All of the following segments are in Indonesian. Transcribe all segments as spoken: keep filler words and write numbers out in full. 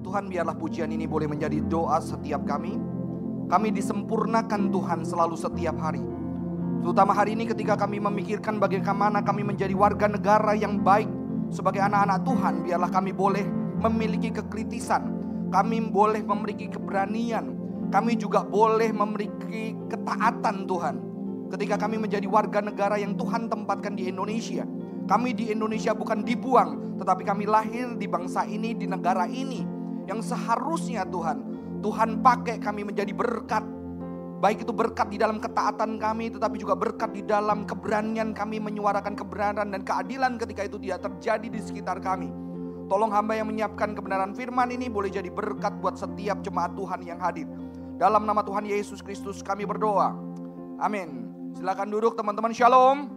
Tuhan, biarlah pujian ini boleh menjadi doa setiap kami. Kami disempurnakan Tuhan selalu setiap hari. Terutama hari ini ketika kami memikirkan bagaimana kami menjadi warga negara yang baik sebagai anak-anak Tuhan. Biarlah kami boleh memiliki kekritisan. Kami boleh memiliki keberanian. Kami juga boleh memiliki ketaatan Tuhan. Ketika kami menjadi warga negara yang Tuhan tempatkan di Indonesia. Kami di Indonesia bukan dibuang, tetapi kami lahir di bangsa ini, di negara ini. Yang seharusnya Tuhan, Tuhan pakai kami menjadi berkat. Baik itu berkat di dalam ketaatan kami, tetapi juga berkat di dalam keberanian kami menyuarakan kebenaran dan keadilan ketika itu tidak terjadi di sekitar kami. Tolong hamba yang menyiapkan kebenaran firman ini boleh jadi berkat buat setiap jemaat Tuhan yang hadir. Dalam nama Tuhan Yesus Kristus kami berdoa. Amin. Silakan duduk teman-teman, shalom.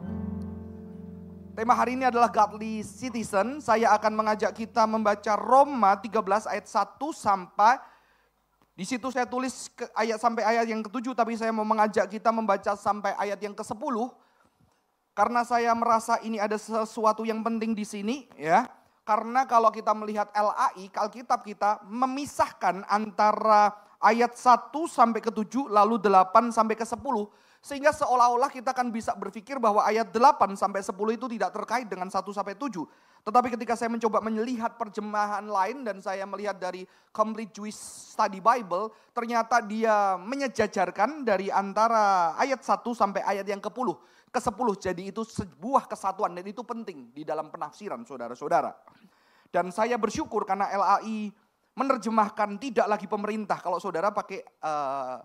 Tema hari ini adalah Godly Citizen. Saya akan mengajak kita membaca Roma tiga belas ayat satu sampai, di situ saya tulis ke ayat sampai ayat yang ketujuh, tapi saya mau mengajak kita membaca sampai ayat yang kesepuluh. Karena saya merasa ini ada sesuatu yang penting di sini, ya. Karena kalau kita melihat L A I, Alkitab kita memisahkan antara ayat satu sampai ke tujuh, lalu delapan sampai ke sepuluh. Sehingga seolah-olah kita akan bisa berpikir bahwa ayat delapan sampai sepuluh itu tidak terkait dengan satu sampai tujuh. Tetapi ketika saya mencoba melihat terjemahan lain dan saya melihat dari Complete Jewish Study Bible, ternyata dia menyejajarkan dari antara ayat satu sampai ayat yang ke sepuluh. Jadi itu sebuah kesatuan dan itu penting di dalam penafsiran saudara-saudara. Dan saya bersyukur karena L A I menerjemahkan tidak lagi pemerintah. Kalau saudara pakai uh,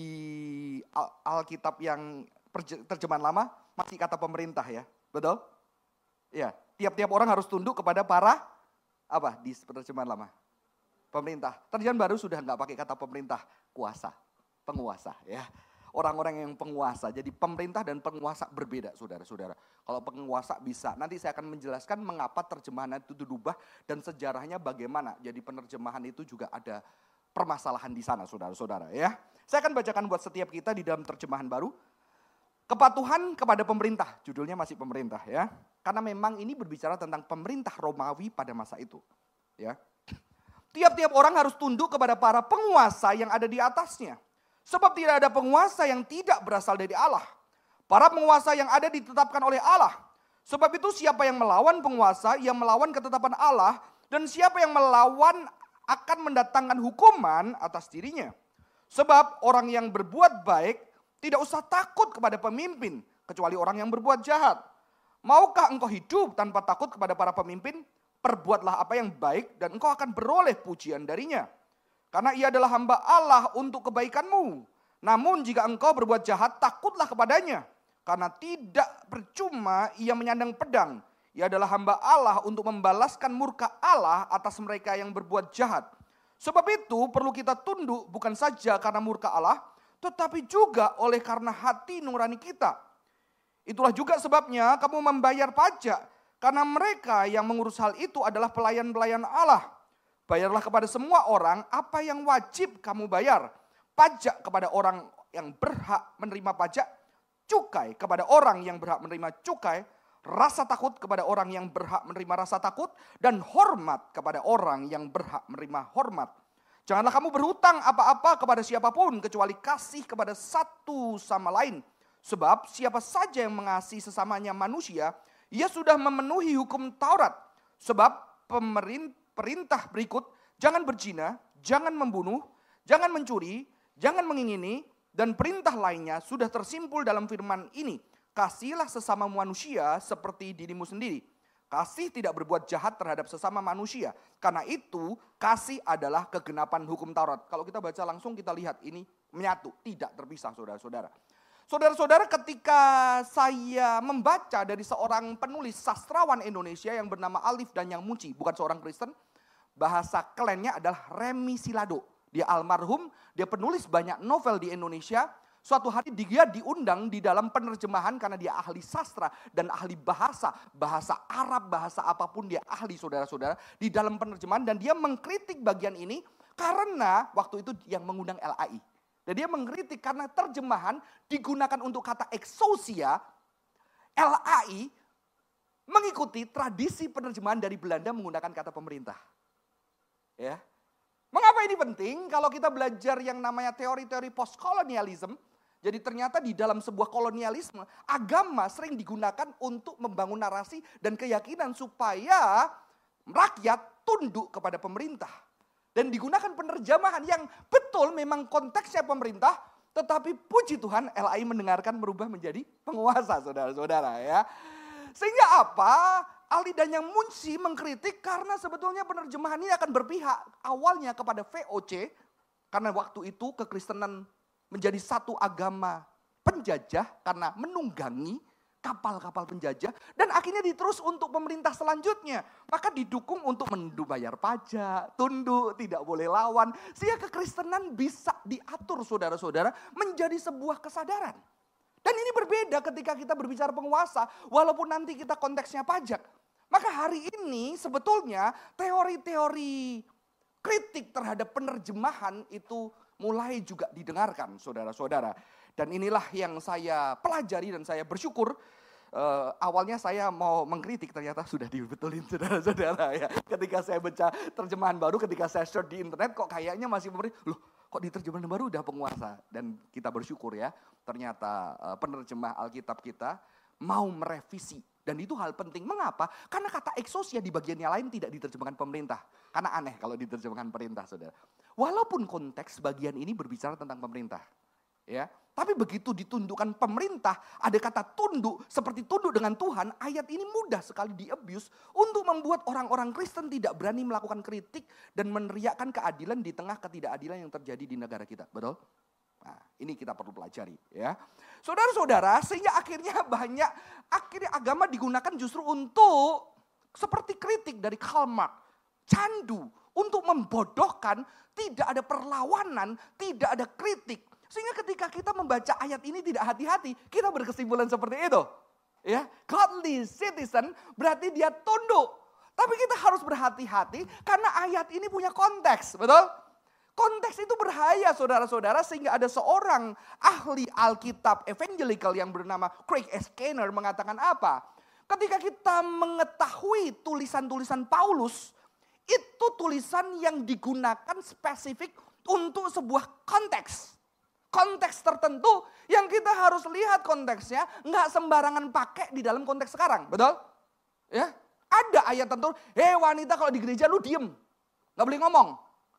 di Alkitab yang terjemahan lama masih kata pemerintah ya, betul? Ya, tiap-tiap orang harus tunduk kepada para apa di terjemahan lama? Pemerintah. Terjemahan baru sudah nggak pakai kata pemerintah, kuasa, penguasa ya. Orang-orang yang penguasa. Jadi pemerintah dan penguasa berbeda, saudara-saudara. Kalau penguasa bisa, nanti saya akan menjelaskan mengapa terjemahan itu dirubah dan sejarahnya bagaimana. Jadi penerjemahan itu juga ada permasalahan di sana, saudara-saudara ya. Saya akan bacakan buat setiap kita di dalam terjemahan baru. Kepatuhan kepada pemerintah, judulnya masih pemerintah ya. Karena memang ini berbicara tentang pemerintah Romawi pada masa itu. Ya. Tiap-tiap orang harus tunduk kepada para penguasa yang ada di atasnya. Sebab tidak ada penguasa yang tidak berasal dari Allah. Para penguasa yang ada ditetapkan oleh Allah. Sebab itu siapa yang melawan penguasa, yang melawan ketetapan Allah. Dan siapa yang melawan akan mendatangkan hukuman atas dirinya. Sebab orang yang berbuat baik tidak usah takut kepada pemimpin, kecuali orang yang berbuat jahat. Maukah engkau hidup tanpa takut kepada para pemimpin? Perbuatlah apa yang baik dan engkau akan beroleh pujian darinya. Karena ia adalah hamba Allah untuk kebaikanmu. Namun jika engkau berbuat jahat, takutlah kepadanya. Karena tidak percuma ia menyandang pedang. Ia adalah hamba Allah untuk membalaskan murka Allah atas mereka yang berbuat jahat. Sebab itu perlu kita tunduk bukan saja karena murka Allah, tetapi juga oleh karena hati nurani kita. Itulah juga sebabnya kamu membayar pajak, karena mereka yang mengurus hal itu adalah pelayan-pelayan Allah. Bayarlah kepada semua orang apa yang wajib kamu bayar. Pajak kepada orang yang berhak menerima pajak, cukai kepada orang yang berhak menerima cukai, rasa takut kepada orang yang berhak menerima rasa takut, dan hormat kepada orang yang berhak menerima hormat. Janganlah kamu berhutang apa-apa kepada siapapun, kecuali kasih kepada satu sama lain. Sebab siapa saja yang mengasihi sesamanya manusia, ia sudah memenuhi hukum Taurat. Sebab perintah berikut, jangan berzina, jangan membunuh, jangan mencuri, jangan mengingini, dan perintah lainnya sudah tersimpul dalam firman ini. Kasihilah sesama manusia seperti dirimu sendiri. Kasih tidak berbuat jahat terhadap sesama manusia. Karena itu kasih adalah kegenapan hukum Taurat. Kalau kita baca langsung kita lihat ini menyatu. Tidak terpisah saudara-saudara. Saudara-saudara ketika saya membaca dari seorang penulis sastrawan Indonesia yang bernama Alif Danyang Munci. Bukan seorang Kristen. Bahasa kerennya adalah Remi Silado. Dia almarhum. Dia penulis banyak novel di Indonesia. Suatu hari dia diundang di dalam penerjemahan karena dia ahli sastra dan ahli bahasa. Bahasa Arab, bahasa apapun dia ahli saudara-saudara di dalam penerjemahan. Dan dia mengkritik bagian ini karena waktu itu yang mengundang L A I. Dan dia mengkritik karena terjemahan digunakan untuk kata exousia. L A I mengikuti tradisi penerjemahan dari Belanda menggunakan kata pemerintah. Ya. Mengapa ini penting? Kalau kita belajar yang namanya teori-teori postkolonialisme, jadi ternyata di dalam sebuah kolonialisme, agama sering digunakan untuk membangun narasi dan keyakinan supaya rakyat tunduk kepada pemerintah. Dan digunakan penerjemahan yang betul memang konteksnya pemerintah, tetapi puji Tuhan L A I mendengarkan merubah menjadi penguasa, saudara-saudara ya. Sehingga apa? Aldi dan yang Munsi mengkritik karena sebetulnya penerjemahan ini akan berpihak awalnya kepada V O C. Karena waktu itu kekristenan menjadi satu agama penjajah karena menunggangi kapal-kapal penjajah. Dan akhirnya diterus untuk pemerintah selanjutnya. Maka didukung untuk membayar pajak, tunduk, tidak boleh lawan. Sehingga kekristenan bisa diatur saudara-saudara menjadi sebuah kesadaran. Dan ini berbeda ketika kita berbicara penguasa, walaupun nanti kita konteksnya pajak. Maka hari ini sebetulnya teori-teori kritik terhadap penerjemahan itu mulai juga didengarkan saudara-saudara. Dan inilah yang saya pelajari dan saya bersyukur. Uh, awalnya saya mau mengkritik, ternyata sudah dibetulin saudara-saudara ya. Ketika saya baca terjemahan baru, ketika saya search di internet kok kayaknya masih pemerintah. Loh kok di terjemahan baru udah penguasa. Dan kita bersyukur ya, ternyata uh, penerjemah Alkitab kita mau merevisi. Dan itu hal penting. Mengapa? Karena kata eksosia di bagian yang lain tidak diterjemahkan pemerintah. Karena aneh kalau diterjemahkan perintah saudara. Walaupun konteks bagian ini berbicara tentang pemerintah. Ya, tapi begitu ditundukkan pemerintah, ada kata tunduk seperti tunduk dengan Tuhan, ayat ini mudah sekali di-abuse untuk membuat orang-orang Kristen tidak berani melakukan kritik dan meneriakkan keadilan di tengah ketidakadilan yang terjadi di negara kita. Betul? Nah, ini kita perlu pelajari ya. Saudara-saudara, sehingga akhirnya banyak akhirnya agama digunakan justru untuk seperti kritik dari Karl Marx, candu untuk membodohkan, tidak ada perlawanan, tidak ada kritik. Sehingga ketika kita membaca ayat ini tidak hati-hati, kita berkesimpulan seperti itu. Ya, godly citizen berarti dia tunduk. Tapi kita harus berhati-hati karena ayat ini punya konteks, betul? Konteks itu berbahaya saudara-saudara, sehingga ada seorang ahli Alkitab evangelical yang bernama Craig S. Keener mengatakan apa? Ketika kita mengetahui tulisan-tulisan Paulus, itu tulisan yang digunakan spesifik untuk sebuah konteks. Konteks tertentu yang kita harus lihat konteksnya, nggak sembarangan pakai di dalam konteks sekarang, betul? Ya, ada ayat tertentu, hei wanita kalau di gereja lu diem, nggak boleh ngomong.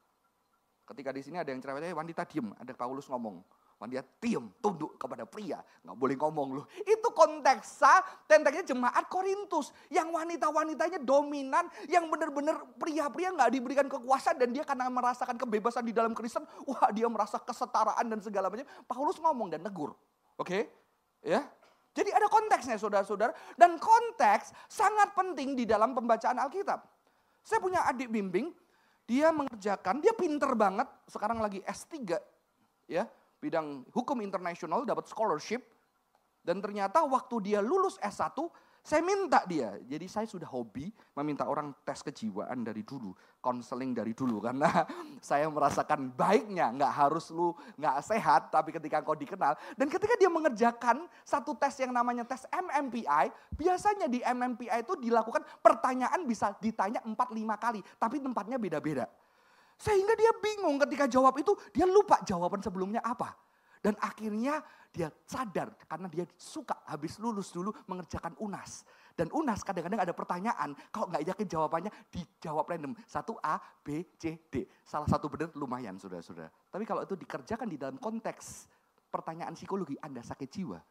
Ketika di sini ada yang cerewet, wanita diem, ada Paulus ngomong, wanita diem, tunduk kepada pria, nggak boleh ngomong lu. Itu konteksnya, tenteknya jemaat Korintus, yang wanita-wanitanya dominan, yang benar-benar pria-pria nggak diberikan kekuasaan dan dia karena merasakan kebebasan di dalam Kristen, wah dia merasa kesetaraan dan segala macam. Paulus ngomong dan negur, oke? Okay? Ya, jadi ada konteksnya saudara-saudara, dan konteks sangat penting di dalam pembacaan Alkitab. Saya punya adik bimbing. Dia mengerjakan, dia pinter banget, sekarang lagi S tiga, ya, bidang hukum internasional, dapat scholarship. Dan ternyata waktu dia lulus S satu, saya minta dia. Jadi saya sudah hobi meminta orang tes kejiwaan dari dulu, konseling dari dulu. Karena saya merasakan baiknya, nggak harus lu nggak sehat, tapi ketika kau dikenal. Dan ketika dia mengerjakan satu tes yang namanya tes M M P I, biasanya di M M P I itu dilakukan pertanyaan bisa ditanya empat lima kali, tapi tempatnya beda-beda. Sehingga dia bingung ketika jawab itu, dia lupa jawaban sebelumnya apa. Dan akhirnya dia sadar karena dia suka habis lulus dulu mengerjakan U N A S. Dan U N A S kadang-kadang ada pertanyaan, kalau nggak yakin jawabannya dijawab random. Satu A, B, C, D. Salah satu benar lumayan saudara-saudara. Tapi kalau itu dikerjakan di dalam konteks pertanyaan psikologi, Anda sakit jiwa.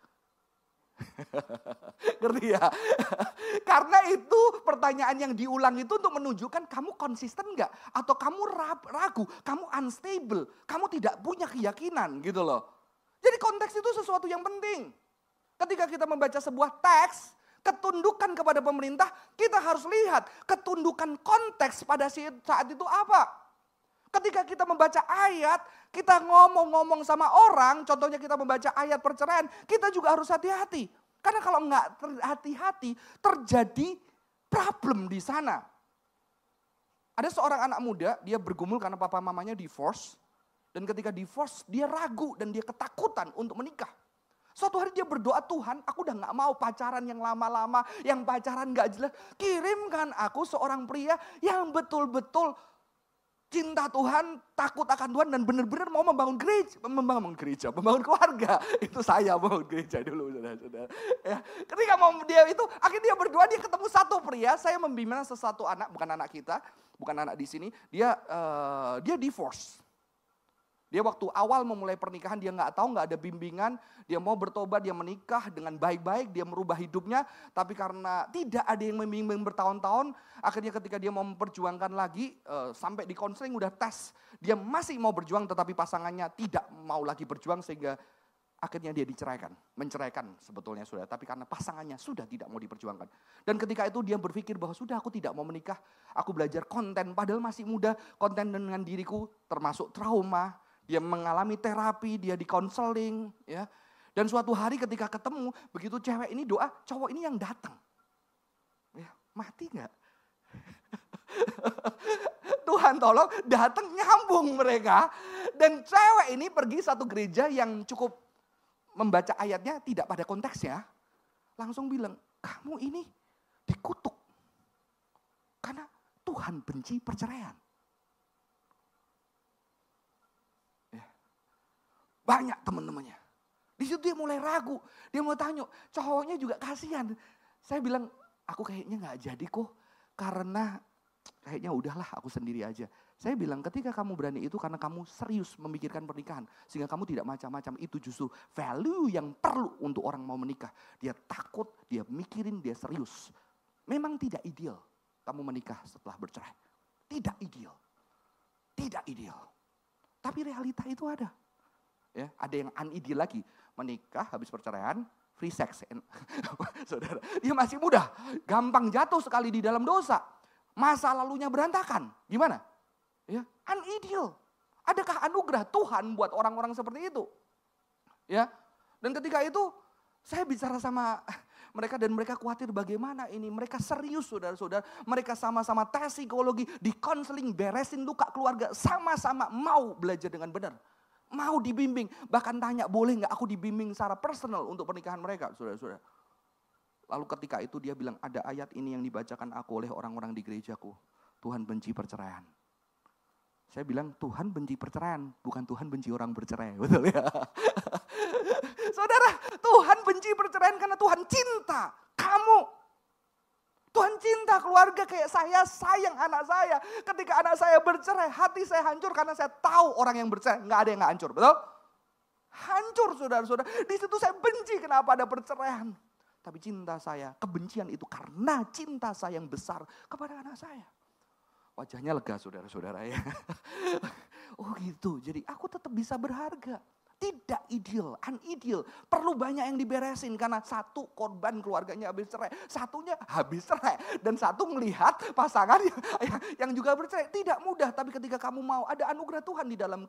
Ngerti ya? Karena itu pertanyaan yang diulang itu untuk menunjukkan kamu konsisten nggak? Atau kamu ragu, kamu unstable, kamu tidak punya keyakinan gitu loh. Jadi konteks itu sesuatu yang penting. Ketika kita membaca sebuah teks, ketundukan kepada pemerintah, kita harus lihat ketundukan konteks pada saat itu apa. Ketika kita membaca ayat, kita ngomong-ngomong sama orang, contohnya kita membaca ayat perceraian, kita juga harus hati-hati. Karena kalau nggak hati-hati, terjadi problem di sana. Ada seorang anak muda, dia bergumul karena papa mamanya divorce. Dan ketika divorce, dia ragu dan dia ketakutan untuk menikah. Suatu hari dia berdoa, Tuhan aku udah gak mau pacaran yang lama-lama, yang pacaran gak jelas. Kirimkan aku seorang pria yang betul-betul cinta Tuhan, takut akan Tuhan dan benar-benar mau membangun gereja, membangun gereja, membangun keluarga. Itu saya membangun gereja dulu, saudara-saudara. Ya, ketika mau dia itu, akhirnya dia berdua dia ketemu satu pria. Saya membina sesuatu anak, bukan anak kita, bukan anak di sini. Dia uh, dia divorce. Dia waktu awal memulai pernikahan dia nggak tahu, nggak ada bimbingan, dia mau bertobat, dia menikah dengan baik-baik, dia merubah hidupnya, tapi karena tidak ada yang membimbing bertahun-tahun, akhirnya ketika dia mau memperjuangkan lagi, uh, sampai di konseling udah tes, dia masih mau berjuang tetapi pasangannya tidak mau lagi berjuang sehingga akhirnya dia diceraikan, menceraikan sebetulnya sudah, tapi karena pasangannya sudah tidak mau diperjuangkan. Dan ketika itu dia berpikir bahwa sudah aku tidak mau menikah, aku belajar konten, padahal masih muda, konten dengan diriku termasuk trauma. Dia mengalami terapi, dia di konseling, ya. Dan suatu hari ketika ketemu, begitu cewek ini doa, cowok ini yang datang. Ya, mati nggak? Tuhan tolong, datang nyambung mereka. Dan cewek ini pergi satu gereja yang cukup membaca ayatnya tidak pada konteksnya. Langsung bilang, kamu ini dikutuk. Karena Tuhan benci perceraian. Banyak teman-temannya. Di situ dia mulai ragu. Dia mulai tanya, cowoknya juga kasihan. Saya bilang, aku kayaknya gak jadi kok. Karena kayaknya udahlah aku sendiri aja. Saya bilang ketika kamu berani itu karena kamu serius memikirkan pernikahan. Sehingga kamu tidak macam-macam. Itu justru value yang perlu untuk orang mau menikah. Dia takut, dia mikirin, dia serius. Memang tidak ideal kamu menikah setelah bercerai. Tidak ideal. Tidak ideal. Tapi realita itu ada. Ya, ada yang unideal lagi, menikah habis perceraian, free sex. Saudara, dia masih muda, gampang jatuh sekali di dalam dosa. Masa lalunya berantakan. Gimana? Ya, unideal. Adakah anugerah Tuhan buat orang-orang seperti itu? Ya. Dan ketika itu saya bicara sama mereka dan mereka khawatir bagaimana ini. Mereka serius saudara-saudara. Mereka sama-sama tes psikologi, di konseling, beresin luka keluarga. Sama-sama mau belajar dengan benar. Mau dibimbing, bahkan tanya boleh gak aku dibimbing secara personal untuk pernikahan mereka, saudara-saudara. Lalu ketika itu dia bilang ada ayat ini yang dibacakan aku oleh orang-orang di gerejaku. Tuhan benci perceraian. Saya bilang Tuhan benci perceraian, bukan Tuhan benci orang bercerai, betul ya. Saudara, Tuhan benci perceraian karena Tuhan cinta kamu. Tuhan cinta keluarga kayak saya, sayang anak saya. Ketika anak saya bercerai, hati saya hancur karena saya tahu orang yang bercerai. Nggak ada yang nggak hancur, betul? Hancur saudara-saudara. Di situ saya benci kenapa ada perceraian. Tapi cinta saya, kebencian itu karena cinta saya yang besar kepada anak saya. Wajahnya lega saudara-saudara ya. Oh gitu, jadi aku tetap bisa berharga. Tidak ideal, unideal. Perlu banyak yang diberesin karena satu korban keluarganya habis cerai. Satunya habis cerai. Dan satu melihat pasangan yang, yang juga bercerai. Tidak mudah, tapi ketika kamu mau ada anugerah Tuhan di dalam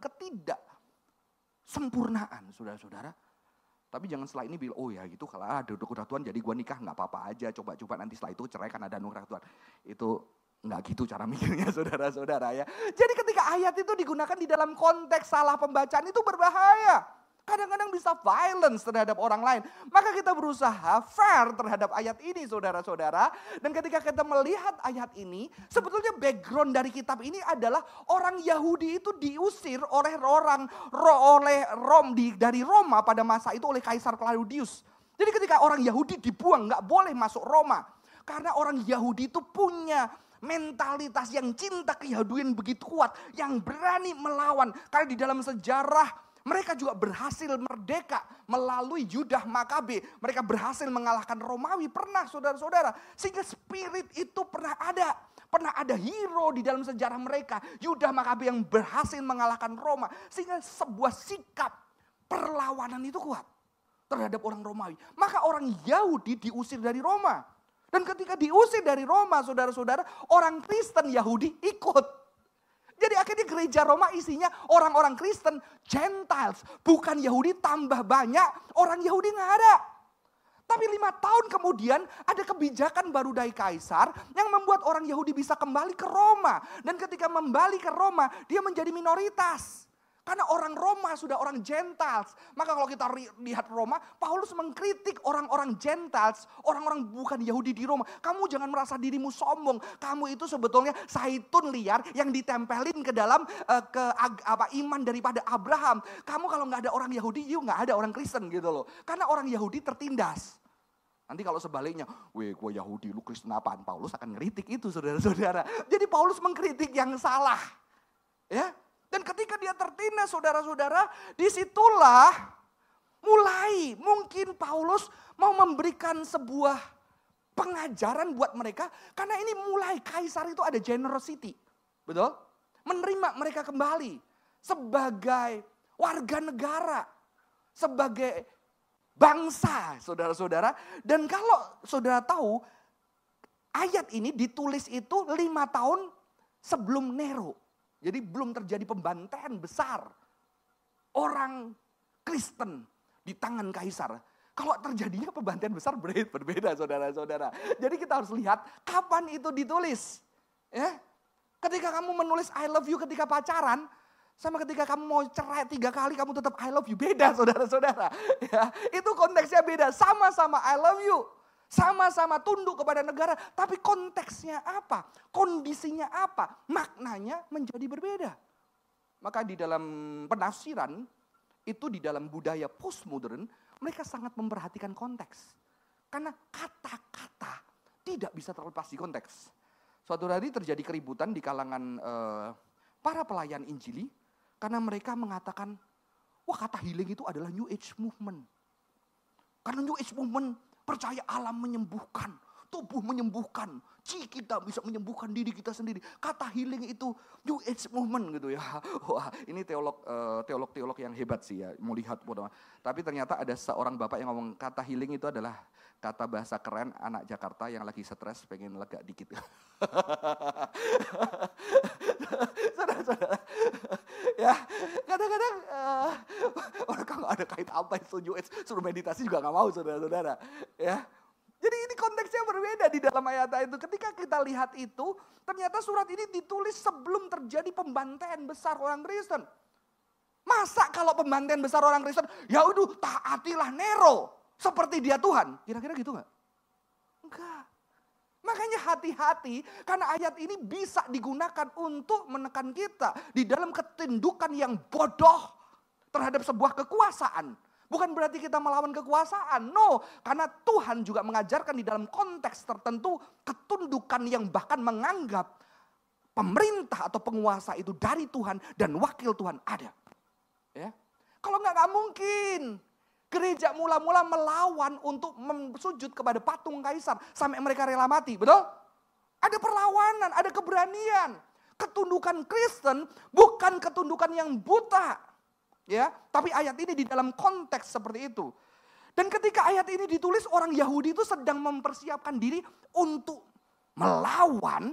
ketidaksempurnaan saudara-saudara. Tapi jangan setelah ini bilang, oh ya gitu kalau ada anugerah Tuhan jadi gua nikah gak apa-apa aja. Coba-coba nanti setelah itu cerai kan ada anugerah Tuhan. Itu enggak gitu cara mikirnya saudara-saudara ya. Jadi ketika ayat itu digunakan di dalam konteks salah pembacaan itu berbahaya. Kadang-kadang bisa violence terhadap orang lain. Maka kita berusaha fair terhadap ayat ini saudara-saudara. Dan ketika kita melihat ayat ini, sebetulnya background dari kitab ini adalah orang Yahudi itu diusir oleh orang oleh Rom di, dari Roma pada masa itu oleh Kaisar Claudius. Jadi ketika orang Yahudi dibuang, nggak boleh masuk Roma. Karena orang Yahudi itu punya mentalitas yang cinta keyahudian begitu kuat. Yang berani melawan. Karena di dalam sejarah mereka juga berhasil merdeka melalui Yudah Makabe. Mereka berhasil mengalahkan Romawi. Pernah saudara-saudara. Sehingga spirit itu pernah ada. Pernah ada hero di dalam sejarah mereka. Yudah Makabe yang berhasil mengalahkan Roma. Sehingga sebuah sikap perlawanan itu kuat terhadap orang Romawi. Maka orang Yahudi diusir dari Roma. Dan ketika diusir dari Roma, saudara-saudara, orang Kristen Yahudi ikut. Jadi akhirnya gereja Roma isinya orang-orang Kristen, Gentiles. Bukan Yahudi tambah banyak, orang Yahudi nggak ada. Tapi lima tahun kemudian ada kebijakan baru dari Kaisar yang membuat orang Yahudi bisa kembali ke Roma. Dan ketika kembali ke Roma, dia menjadi minoritas. Karena orang Roma sudah orang Gentiles. Maka kalau kita lihat Roma, Paulus mengkritik orang-orang Gentiles, orang-orang bukan Yahudi di Roma. Kamu jangan merasa dirimu sombong. Kamu itu sebetulnya zaitun liar yang ditempelin ke dalam uh, ke apa iman daripada Abraham. Kamu kalau nggak ada orang Yahudi, you nggak ada orang Kristen gitu loh. Karena orang Yahudi tertindas. Nanti kalau sebaliknya, weh gue Yahudi, lu Kristen apaan? Paulus akan ngeritik itu saudara-saudara. Jadi Paulus mengkritik yang salah. Ya. Dan ketika dia tertindas saudara-saudara, disitulah mulai mungkin Paulus mau memberikan sebuah pengajaran buat mereka. Karena ini mulai Kaisar itu ada generosity. Betul? Menerima mereka kembali sebagai warga negara. Sebagai bangsa saudara-saudara. Dan kalau saudara tahu ayat ini ditulis itu lima tahun sebelum Nero. Jadi belum terjadi pembantaian besar orang Kristen di tangan Kaisar. Kalau terjadinya pembantaian besar berbeda saudara-saudara. Jadi kita harus lihat kapan itu ditulis. Ya, ketika kamu menulis I love you ketika pacaran, sama ketika kamu mau cerai tiga kali kamu tetap I love you. Beda saudara-saudara. Ya, itu konteksnya beda. Sama-sama I love you. Sama-sama tunduk kepada negara, tapi konteksnya apa? Kondisinya apa? Maknanya menjadi berbeda. Maka di dalam penafsiran, itu di dalam budaya postmodern, mereka sangat memperhatikan konteks. Karena kata-kata tidak bisa terlepas di konteks. Suatu hari terjadi keributan di kalangan eh, para pelayan Injili, karena mereka mengatakan, wah kata healing itu adalah New Age Movement. Karena New Age Movement, percaya alam menyembuhkan, tubuh menyembuhkan, ci kita bisa menyembuhkan diri kita sendiri. Kata healing itu New Age Movement gitu ya. Wah ini teolog uh, teolog-teolog yang hebat sih ya, mau lihat. Tapi ternyata ada seorang bapak yang ngomong kata healing itu adalah kata bahasa keren anak Jakarta yang lagi stres pengen lega dikit. Saudara-saudara, ya kadang-kadang uh, orang kalau ada kait apa itu New Age suruh meditasi juga nggak mau saudara-saudara. Ya, jadi ini konteksnya berbeda di dalam ayat itu. Ketika kita lihat itu, ternyata surat ini ditulis sebelum terjadi pembantaian besar orang Kristen. Masa kalau pembantaian besar orang Kristen, ya udah taatilah Nero seperti dia Tuhan. Kira-kira gitu nggak? Enggak. Makanya hati-hati karena ayat ini bisa digunakan untuk menekan kita di dalam ketindukan yang bodoh terhadap sebuah kekuasaan. Bukan berarti kita melawan kekuasaan, no. Karena Tuhan juga mengajarkan di dalam konteks tertentu ketundukan yang bahkan menganggap pemerintah atau penguasa itu dari Tuhan dan wakil Tuhan ada. Ya. Kalau enggak, enggak mungkin. Gereja mula-mula melawan untuk sujud kepada patung kaisar sampai mereka rela mati, betul? Ada perlawanan, ada keberanian. Ketundukan Kristen bukan ketundukan yang buta. Ya, tapi ayat ini di dalam konteks seperti itu. Dan ketika ayat ini ditulis, orang Yahudi itu sedang mempersiapkan diri untuk melawan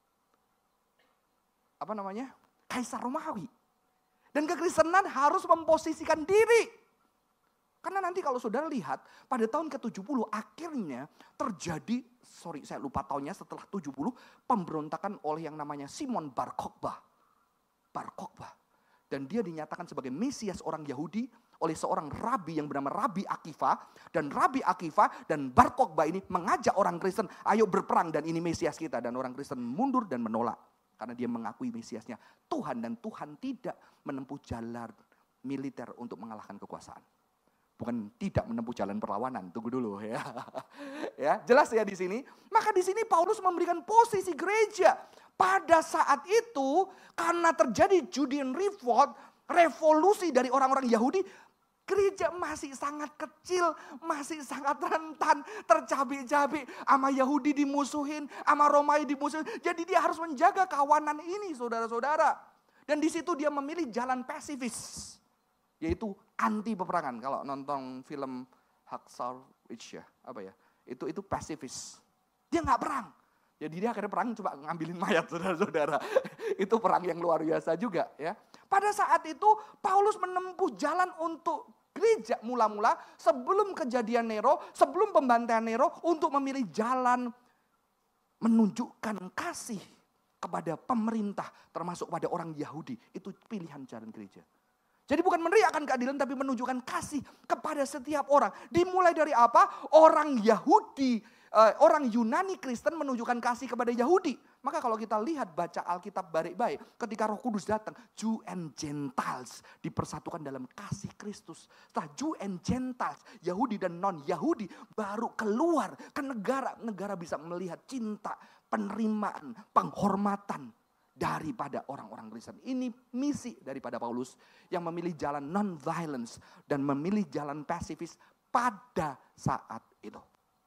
apa namanya? Kaisar Romawi. Dan kekristenan harus memposisikan diri. Karena nanti kalau saudara lihat, pada tahun ke tujuh puluh akhirnya terjadi, sorry saya lupa tahunnya setelah tujuh puluh, pemberontakan oleh yang namanya Simon Bar Kokhba. Bar Kokhba. Dan dia dinyatakan sebagai Mesias orang Yahudi oleh seorang rabi yang bernama Rabi Akiva. Dan Rabi Akiva dan Bar Kokhba ini mengajak orang Kristen, ayo berperang dan ini Mesias kita. Dan orang Kristen mundur dan menolak. Karena dia mengakui Mesiasnya Tuhan dan Tuhan tidak menempuh jalan militer untuk mengalahkan kekuasaan. Bukan tidak menempuh jalan perlawanan, tunggu dulu ya. Ya, jelas ya di sini. Maka di sini Paulus memberikan posisi gereja. Pada saat itu karena terjadi Judean Revolt, revolusi dari orang-orang Yahudi, gereja masih sangat kecil, masih sangat rentan, tercabik-cabik, sama Yahudi dimusuhin, sama Romawi dimusuhin. Jadi dia harus menjaga kawanan ini saudara-saudara. Dan di situ dia memilih jalan pasifis. Yaitu anti peperangan. Kalau nonton film Hacksaw Ridge ya, apa ya? Itu itu pasifis. Dia nggak perang. Jadi dia akhirnya perang coba ngambilin mayat saudara-saudara. Itu perang yang luar biasa juga ya. Pada saat itu Paulus menempuh jalan untuk gereja mula-mula sebelum kejadian Nero, sebelum pembantaian Nero untuk memilih jalan menunjukkan kasih kepada pemerintah termasuk pada orang Yahudi. Itu pilihan jalan gereja. Jadi bukan meneriakkan keadilan tapi menunjukkan kasih kepada setiap orang. Dimulai dari apa? Orang Yahudi, orang Yunani Kristen menunjukkan kasih kepada Yahudi. Maka kalau kita lihat baca Alkitab baik-baik, ketika Roh Kudus datang, Jew and Gentiles dipersatukan dalam kasih Kristus. Setelah Jew and Gentiles, Yahudi dan non-Yahudi baru keluar ke negara. Negara bisa melihat cinta, penerimaan, penghormatan daripada orang-orang Kristen. Ini misi daripada Paulus yang memilih jalan non-violence dan memilih jalan pasifis pada saat itu.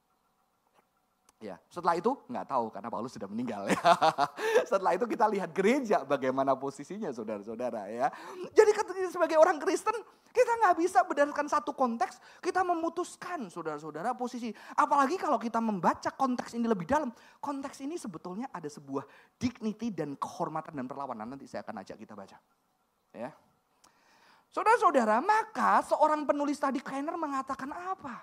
Ya, setelah itu nggak tahu karena Paulus sudah meninggal ya. Setelah itu kita lihat gereja bagaimana posisinya saudara-saudara ya. Jadi sebagai orang Kristen kita nggak bisa berdasarkan satu konteks kita memutuskan saudara-saudara posisi. Apalagi kalau kita membaca konteks ini lebih dalam. Konteks ini sebetulnya ada sebuah dignity dan kehormatan dan perlawanan. Nanti saya akan ajak kita baca. Ya, saudara-saudara, maka seorang penulis tadi Kiner mengatakan apa?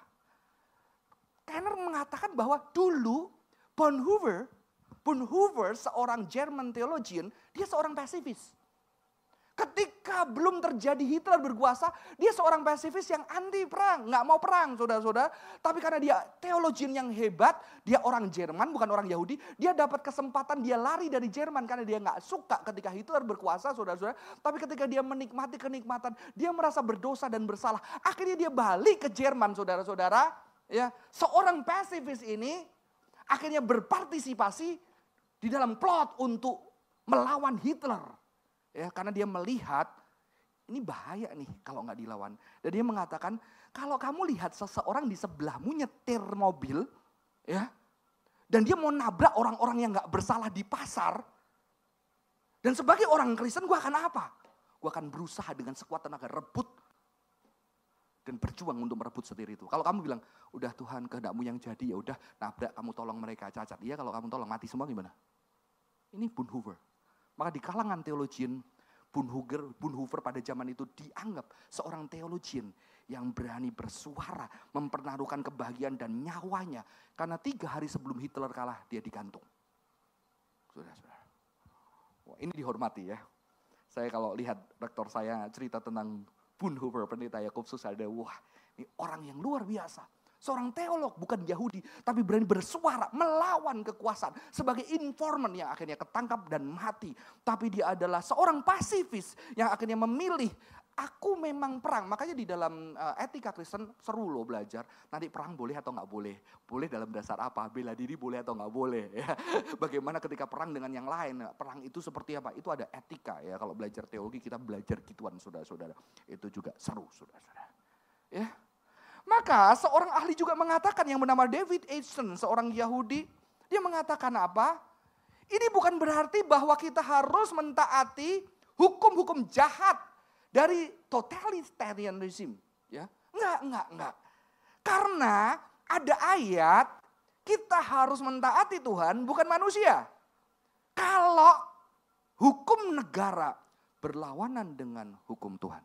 Kiner mengatakan bahwa dulu Bonhoeffer, Bonhoeffer seorang Jerman theologian, dia seorang pasifis. Ketika belum terjadi Hitler berkuasa, dia seorang pasifis yang anti perang, nggak mau perang saudara-saudara. Tapi karena dia theologian yang hebat, dia orang Jerman bukan orang Yahudi, dia dapat kesempatan dia lari dari Jerman karena dia nggak suka ketika Hitler berkuasa saudara-saudara. Tapi ketika dia menikmati kenikmatan, dia merasa berdosa dan bersalah. Akhirnya dia balik ke Jerman saudara-saudara. Ya, seorang pasifis ini akhirnya berpartisipasi di dalam plot untuk melawan Hitler. Ya, karena dia melihat ini bahaya nih kalau nggak dilawan. Dan dia mengatakan kalau kamu lihat seseorang di sebelahmu nyetir mobil, ya, dan dia mau nabrak orang-orang yang nggak bersalah di pasar. Dan sebagai orang Kristen gue akan apa? Gue akan berusaha dengan sekuat tenaga rebut dan berjuang untuk merebut setir itu. Kalau kamu bilang, udah Tuhan kehendakmu yang jadi, ya udah nabrak kamu tolong mereka cacat. Iya kalau kamu tolong mati semua gimana? Ini Bonhoeffer. Maka di kalangan teologian, Bonhoeffer, Bonhoeffer pada zaman itu dianggap seorang teologian yang berani bersuara, mempertaruhkan kebahagiaan dan nyawanya. Karena tiga hari sebelum Hitler kalah, dia digantung. Saudara-saudara. Wah, ini dihormati ya. Saya kalau lihat rektor saya cerita tentang Bonhoeffer, pendeta Yakobus ada, wah ini orang yang luar biasa. Seorang teolog bukan Yahudi, tapi berani bersuara melawan kekuasaan. Sebagai informan yang akhirnya ketangkap dan mati. Tapi dia adalah seorang pasifis yang akhirnya memilih, aku memang perang. Makanya di dalam uh, etika Kristen seru loh belajar. Nanti perang boleh atau nggak boleh. Boleh dalam dasar apa, bela diri boleh atau nggak boleh. Ya. Bagaimana ketika perang dengan yang lain. Perang itu seperti apa, itu ada etika ya. Kalau belajar teologi kita belajar gituan saudara-saudara. Itu juga seru saudara-saudara. Ya. Maka seorang ahli juga mengatakan yang bernama David Easton, seorang Yahudi. Dia mengatakan apa? Ini bukan berarti bahwa kita harus mentaati hukum-hukum jahat dari totalitarianism. Ya. Enggak, enggak, enggak. Karena ada ayat kita harus mentaati Tuhan bukan manusia. Kalau hukum negara berlawanan dengan hukum Tuhan.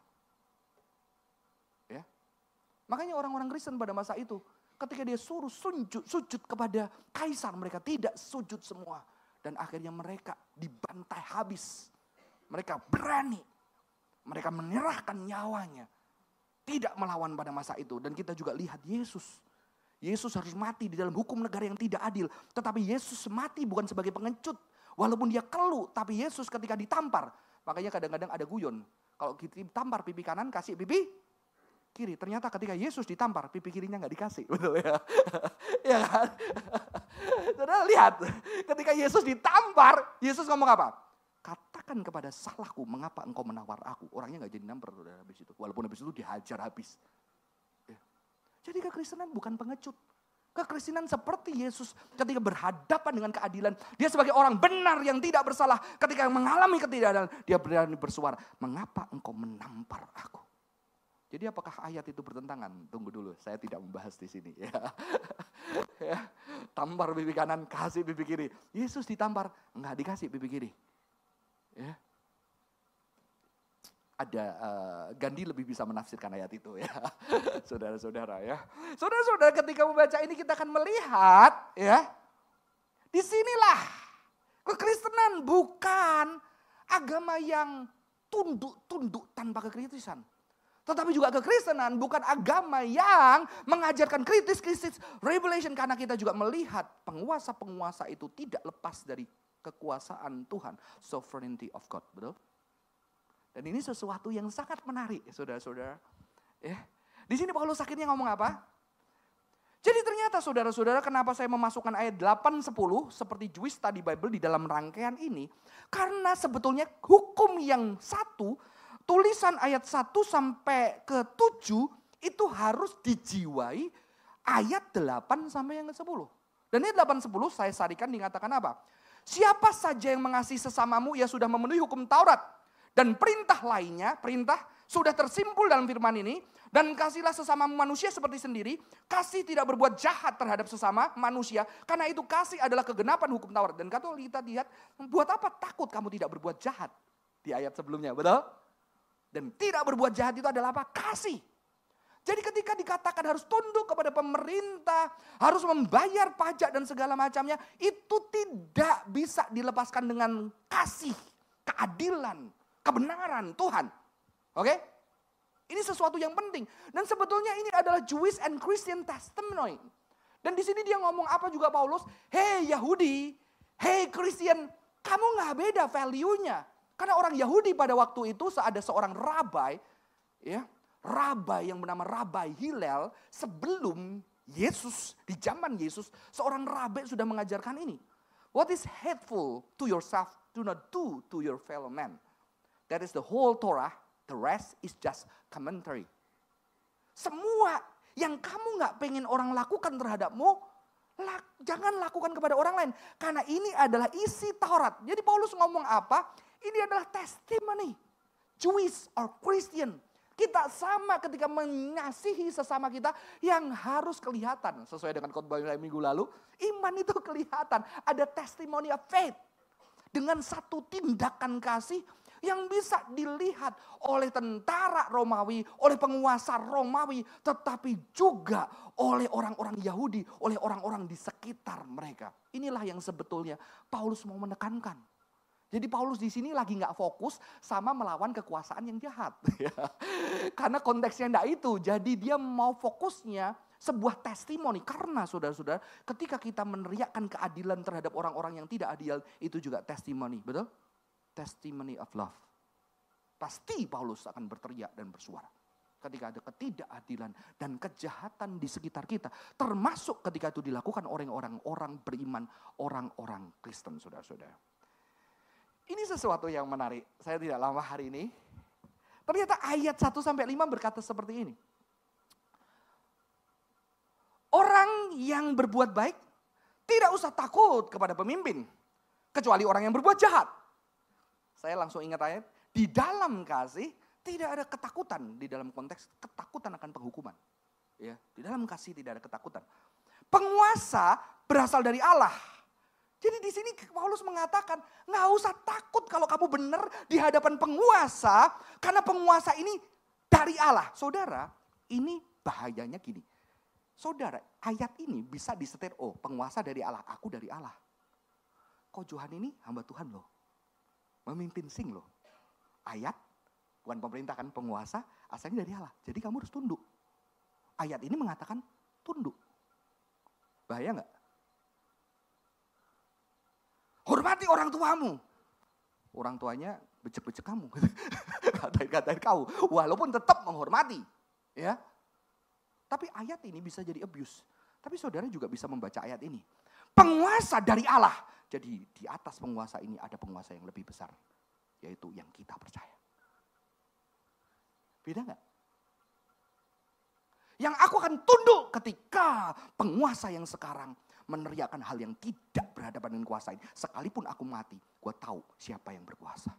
Makanya orang-orang Kristen pada masa itu, ketika dia suruh sujud, sujud kepada kaisar, mereka tidak sujud semua. Dan akhirnya mereka dibantai habis. Mereka berani. Mereka menyerahkan nyawanya. Tidak melawan pada masa itu. Dan kita juga lihat Yesus. Yesus harus mati di dalam hukum negara yang tidak adil. Tetapi Yesus mati bukan sebagai pengecut. Walaupun dia keluh, tapi Yesus ketika ditampar. Makanya kadang-kadang ada guyon. Kalau kita ditampar pipi kanan, kasih pipi kiri. Ternyata ketika Yesus ditampar, pipi kirinya nggak dikasih. Betul ya? Ya kan? Saudara lihat, ketika Yesus ditampar, Yesus ngomong apa? Katakan kepada salahku, mengapa engkau menawar aku? Orangnya nggak jadi nampar saudara habis itu. Walaupun habis itu dihajar habis. Ya. Jadi kekristenan bukan pengecut. Kekristenan seperti Yesus ketika berhadapan dengan keadilan. Dia sebagai orang benar yang tidak bersalah. Ketika mengalami ketidakadilan, dia berani bersuara. Mengapa engkau menampar aku? Jadi apakah ayat itu bertentangan? Tunggu dulu, saya tidak membahas di sini. Ya. Ya. Tampar pipi kanan, kasih pipi kiri. Yesus ditampar, enggak dikasih pipi kiri. Ya. Ada uh, Gandhi lebih bisa menafsirkan ayat itu ya. Saudara-saudara ya. Saudara-saudara ketika membaca ini kita akan melihat ya. Disinilah kekristenan bukan agama yang tunduk-tunduk tanpa kekritisan. Tetapi juga kekristenan bukan agama yang mengajarkan kritis-kritis revelation. Karena kita juga melihat penguasa-penguasa itu tidak lepas dari kekuasaan Tuhan. Sovereignty of God, betul? Dan ini sesuatu yang sangat menarik, saudara-saudara. Ya. Di sini Paulus akhirnya ngomong apa? Jadi ternyata saudara-saudara, kenapa saya memasukkan ayat delapan sepuluh seperti Jewish Study Bible di dalam rangkaian ini? Karena sebetulnya hukum yang satu, tulisan ayat satu sampai ke tujuh itu harus dijiwai ayat delapan sampai yang ke sepuluh. Dan ini delapan sepuluh saya sarikan dikatakan apa? Siapa saja yang mengasihi sesamamu ya sudah memenuhi hukum Taurat. Dan perintah lainnya, perintah sudah tersimpul dalam firman ini. Dan kasihlah sesamamu manusia seperti sendiri. Kasih tidak berbuat jahat terhadap sesama manusia. Karena itu kasih adalah kegenapan hukum Taurat. Dan kalau kita lihat, buat apa takut kamu tidak berbuat jahat? Di ayat sebelumnya, betul? Dan tidak berbuat jahat itu adalah apa? Kasih. Jadi ketika dikatakan harus tunduk kepada pemerintah, harus membayar pajak dan segala macamnya, itu tidak bisa dilepaskan dengan kasih, keadilan, kebenaran Tuhan. Oke? Ini sesuatu yang penting. Dan sebetulnya ini adalah Jewish and Christian testimony. Dan di sini dia ngomong apa juga Paulus? Hey Yahudi, hey Christian, kamu gak beda value-nya. Karena orang Yahudi pada waktu itu ada seorang rabai, ya, rabai yang bernama Rabai Hillel sebelum Yesus, di zaman Yesus, seorang rabai sudah mengajarkan ini. What is hateful to yourself, do not do to your fellow man. That is the whole Torah, the rest is just commentary. Semua yang kamu gak pengen orang lakukan terhadapmu, jangan lakukan kepada orang lain. Karena ini adalah isi Taurat. Jadi Paulus ngomong apa? Ini adalah testimony. Jewish or Christian. Kita sama ketika mengasihi sesama kita yang harus kelihatan. Sesuai dengan khotbah saya minggu lalu. Iman itu kelihatan. Ada testimony of faith. Dengan satu tindakan kasih yang bisa dilihat oleh tentara Romawi, oleh penguasa Romawi. Tetapi juga oleh orang-orang Yahudi, oleh orang-orang di sekitar mereka. Inilah yang sebetulnya Paulus mau menekankan. Jadi Paulus di sini lagi nggak fokus sama melawan kekuasaan yang jahat. Karena konteksnya enggak itu. Jadi dia mau fokusnya sebuah testimoni. Karena saudara-saudara ketika kita meneriakkan keadilan terhadap orang-orang yang tidak adil. Itu juga testimoni, betul? Testimony of love. Pasti Paulus akan berteriak dan bersuara. Ketika ada ketidakadilan dan kejahatan di sekitar kita. Termasuk ketika itu dilakukan oleh orang-orang beriman, orang-orang Kristen, saudara-saudara. Ini sesuatu yang menarik. Saya tidak lama hari ini. Ternyata ayat satu sampai lima berkata seperti ini. Orang yang berbuat baik tidak usah takut kepada pemimpin. Kecuali orang yang berbuat jahat. Saya langsung ingat ayat. Di dalam kasih tidak ada ketakutan. Di dalam konteks ketakutan akan penghukuman. Ya, di dalam kasih tidak ada ketakutan. Penguasa berasal dari Allah. Jadi di sini Paulus mengatakan, nggak usah takut kalau kamu benar di hadapan penguasa, karena penguasa ini dari Allah. Saudara, ini bahayanya gini. Saudara, ayat ini bisa disetir, oh penguasa dari Allah, aku dari Allah. Kok Johan ini hamba Tuhan loh, memimpin sing loh. Ayat, bukan pemerintah kan, penguasa, asalnya dari Allah. Jadi kamu harus tunduk. Ayat ini mengatakan tunduk. Bahaya nggak? Hormati orang tuamu. Orang tuanya becek-becek kamu. Katain-katain kau. Walaupun tetap menghormati. Ya. Tapi ayat ini bisa jadi abuse. Tapi saudara juga bisa membaca ayat ini. Penguasa dari Allah. Jadi di atas penguasa ini ada penguasa yang lebih besar. Yaitu yang kita percaya. Beda gak? Yang aku akan tunduk ketika penguasa yang sekarang meneriakkan hal yang tidak berhadapan dengan kuasa ini. Sekalipun aku mati, gue tahu siapa yang berkuasa.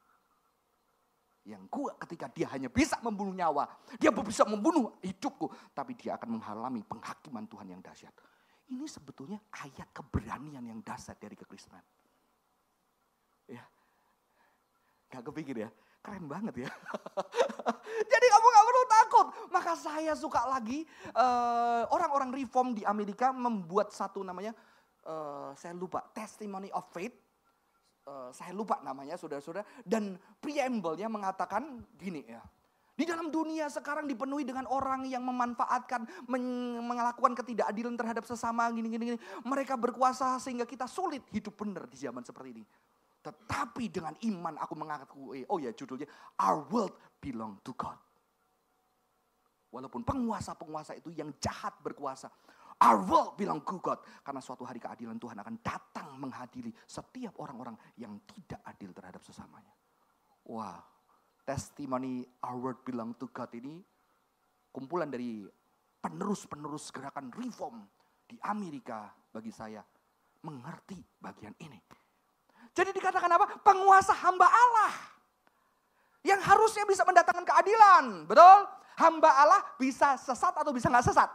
Yang gue ketika dia hanya bisa membunuh nyawa, dia bisa membunuh hidupku, tapi dia akan menghalangi penghakiman Tuhan yang dahsyat. Ini sebetulnya ayat keberanian yang dahsyat dari kekristenan. Ya, gak kepikir ya, keren banget ya. Jadi kamu gak perlu takut. Maka saya suka lagi uh, orang-orang reform di Amerika membuat satu namanya, uh, saya lupa, testimony of faith. uh, saya lupa namanya saudara-saudara. Dan preamble-nya mengatakan gini ya. Di dalam dunia sekarang dipenuhi dengan orang yang memanfaatkan, men- melakukan ketidakadilan terhadap sesama, gini-gini. Mereka berkuasa sehingga kita sulit hidup benar di zaman seperti ini. Tetapi dengan iman aku mengakui, oh ya judulnya, Our world belong to God. Walaupun penguasa-penguasa itu yang jahat berkuasa, our world belong to God. Karena suatu hari keadilan Tuhan akan datang menghadiri setiap orang-orang yang tidak adil terhadap sesamanya. Wah. Wow. Testimoni Our Word Belong to God ini kumpulan dari penerus-penerus gerakan reform di Amerika bagi saya mengerti bagian ini. Jadi dikatakan apa? Penguasa hamba Allah yang harusnya bisa mendatangkan keadilan. Betul? Hamba Allah bisa sesat atau bisa nggak sesat.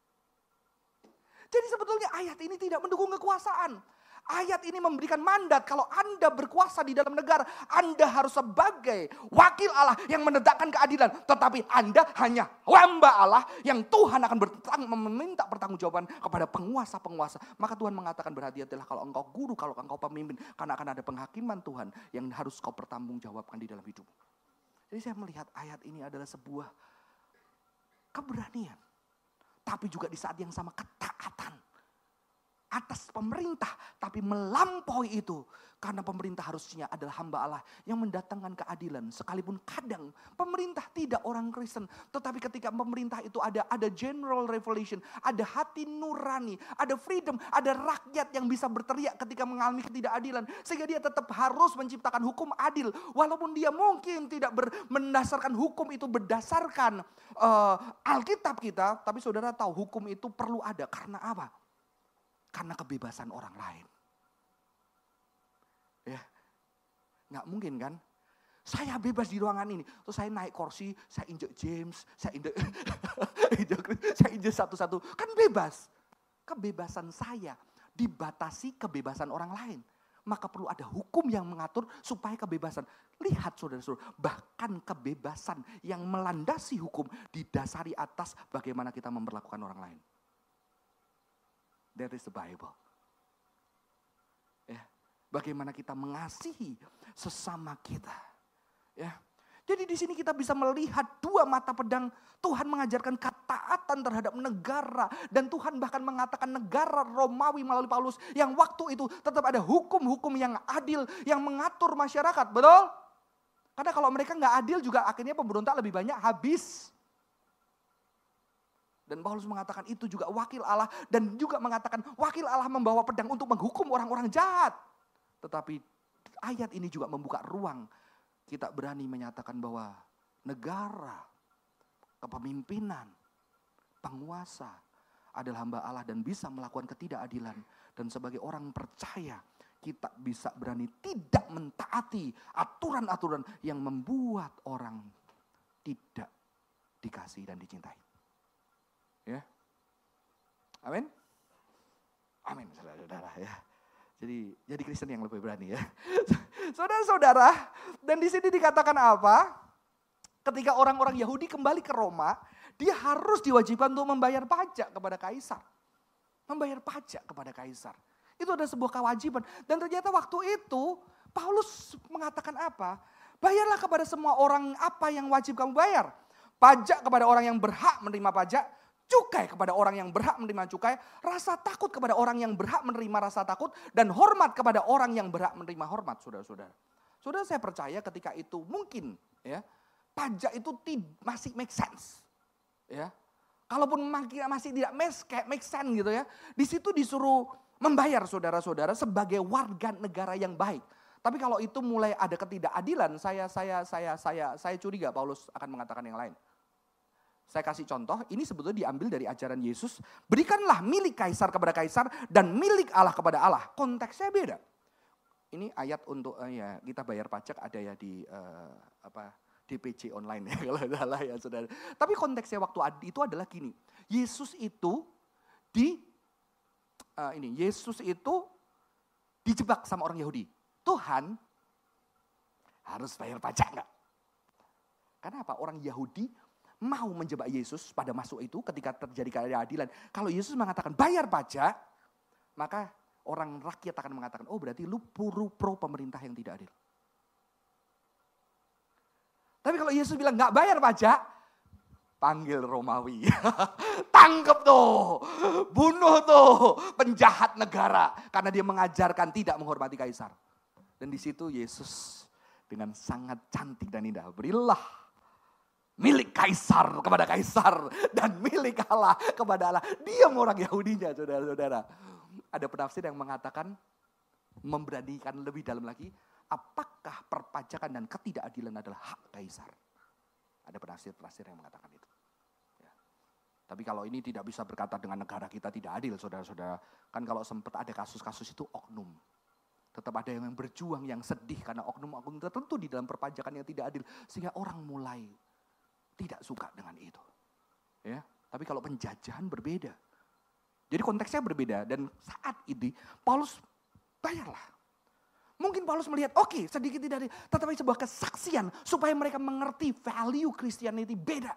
Jadi sebetulnya ayat ini tidak mendukung kekuasaan. Ayat ini memberikan mandat kalau Anda berkuasa di dalam negara, Anda harus sebagai wakil Allah yang menegakkan keadilan. Tetapi Anda hanya hamba Allah yang Tuhan akan bertang, meminta pertanggungjawaban kepada penguasa-penguasa. Maka Tuhan mengatakan berhati-hatilah kalau engkau guru, kalau engkau pemimpin. Karena akan ada penghakiman Tuhan yang harus kau pertanggungjawabkan di dalam hidupmu. Jadi saya melihat ayat ini adalah sebuah keberanian. Tapi juga di saat yang sama ketaatan. Atas pemerintah, tapi melampaui itu. Karena pemerintah harusnya adalah hamba Allah yang mendatangkan keadilan. Sekalipun kadang pemerintah tidak orang Kristen. Tetapi ketika pemerintah itu ada ada general revelation, ada hati nurani, ada freedom, ada rakyat yang bisa berteriak ketika mengalami ketidakadilan. Sehingga dia tetap harus menciptakan hukum adil. Walaupun dia mungkin tidak ber, mendasarkan hukum itu berdasarkan uh, Alkitab kita. Tapi saudara tahu hukum itu perlu ada. Karena apa? Karena kebebasan orang lain. Ya, nggak mungkin kan? Saya bebas di ruangan ini. Terus saya naik kursi, saya injek James, saya injek, saya injek satu-satu. Kan bebas. Kebebasan saya dibatasi kebebasan orang lain. Maka perlu ada hukum yang mengatur supaya kebebasan. Lihat saudara-saudara, bahkan kebebasan yang melandasi hukum didasari atas bagaimana kita memperlakukan orang lain. That is the Bible. Ya, bagaimana kita mengasihi sesama kita. Ya, jadi di sini kita bisa melihat dua mata pedang. Tuhan mengajarkan ketaatan terhadap negara dan Tuhan bahkan mengatakan negara Romawi melalui Paulus yang waktu itu tetap ada hukum-hukum yang adil yang mengatur masyarakat, betul? Karena kalau mereka nggak adil juga akhirnya pemberontak lebih banyak habis. Dan Paulus mengatakan itu juga wakil Allah. Dan juga mengatakan wakil Allah membawa pedang untuk menghukum orang-orang jahat. Tetapi ayat ini juga membuka ruang. Kita berani menyatakan bahwa negara, kepemimpinan, penguasa adalah hamba Allah dan bisa melakukan ketidakadilan. Dan sebagai orang percaya kita bisa berani tidak mentaati aturan-aturan yang membuat orang tidak dikasih dan dicintai. Ya, amin, amin, saudara-saudara ya. Jadi, jadi Kristen yang lebih berani ya, saudara-saudara. Dan di sini dikatakan apa? Ketika orang-orang Yahudi kembali ke Roma, dia harus diwajibkan untuk membayar pajak kepada kaisar, membayar pajak kepada kaisar. Itu adalah sebuah kewajiban. Dan ternyata waktu itu Paulus mengatakan apa? Bayarlah kepada semua orang apa yang wajib kamu bayar. Pajak kepada orang yang berhak menerima pajak. Cukai kepada orang yang berhak menerima cukai, rasa takut kepada orang yang berhak menerima rasa takut, dan hormat kepada orang yang berhak menerima hormat, saudara-saudara. Saudara, saya percaya ketika itu mungkin ya pajak itu masih make sense, ya. Kalaupun masih tidak make sense gitu ya, di situ disuruh membayar saudara-saudara sebagai warga negara yang baik. Tapi kalau itu mulai ada ketidakadilan, saya saya saya saya saya curiga Paulus akan mengatakan yang lain. Saya kasih contoh, ini sebetulnya diambil dari ajaran Yesus. Berikanlah milik kaisar kepada kaisar dan milik Allah kepada Allah. Konteksnya beda. Ini ayat untuk uh, ya kita bayar pajak ada ya di uh, apa D P C online ya kalau salah ya saudara. Tapi konteksnya waktu itu adalah gini. Yesus itu di uh, ini Yesus itu dijebak sama orang Yahudi. Tuhan harus bayar pajak enggak? Kenapa? Orang Yahudi mau menjebak Yesus pada masuk itu ketika terjadi keadilan. Kalau Yesus mengatakan bayar pajak, maka orang rakyat akan mengatakan, oh berarti lu pro, pro pemerintah yang tidak adil. Tapi kalau Yesus bilang nggak bayar pajak, panggil Romawi. Tangkep tuh, bunuh tuh penjahat negara. Karena dia mengajarkan tidak menghormati kaisar. Dan di situ Yesus dengan sangat cantik dan indah, berilah milik kaisar kepada kaisar dan milik Allah kepada Allah. Diam orang Yahudinya, saudara-saudara. Ada penafsir yang mengatakan, memberanikan lebih dalam lagi, apakah perpajakan dan ketidakadilan adalah hak kaisar? Ada penafsir-penafsir yang mengatakan itu. Ya. Tapi kalau ini tidak bisa berkata dengan negara kita tidak adil, saudara-saudara. Kan kalau sempat ada kasus-kasus itu oknum. Tetap ada yang berjuang, yang sedih karena oknum-oknum tertentu di dalam perpajakan yang tidak adil. Sehingga orang mulai tidak suka dengan itu. Ya. Tapi kalau penjajahan berbeda. Jadi konteksnya berbeda dan saat ini Paulus bayarlah. Mungkin Paulus melihat oke okay, sedikit tidak adil, tetapi sebuah kesaksian supaya mereka mengerti value Christianity beda.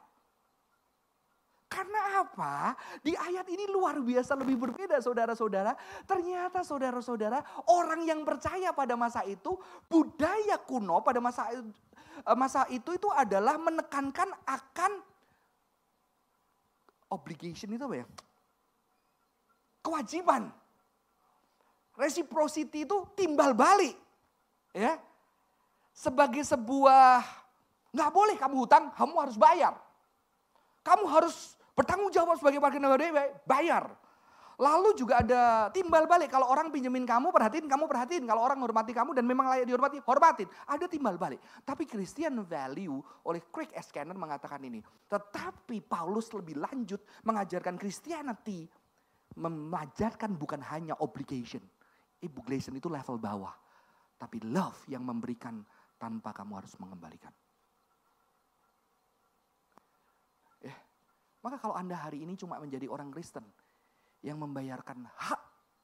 Karena apa? Di ayat ini luar biasa lebih berbeda saudara-saudara. Ternyata saudara-saudara orang yang percaya pada masa itu, budaya kuno pada masa masa itu itu adalah menekankan akan obligation itu apa ya? Kewajiban. Reciprocity itu timbal balik. Ya. Sebagai sebuah, nggak boleh kamu hutang, kamu harus bayar. Kamu harus bertanggung jawab sebagai warga negara, bayar. Lalu juga ada timbal balik. Kalau orang pinjemin kamu, perhatiin, kamu perhatiin. Kalau orang menghormati kamu dan memang layak dihormati, hormatin. Ada timbal balik. Tapi Christian value oleh Craig S. Kenner mengatakan ini. Tetapi Paulus lebih lanjut mengajarkan Christianity. Mengajarkan bukan hanya obligation. Obligation itu level bawah. Tapi love yang memberikan tanpa kamu harus mengembalikan. Eh, maka kalau Anda hari ini cuma menjadi orang Kristen yang membayarkan hak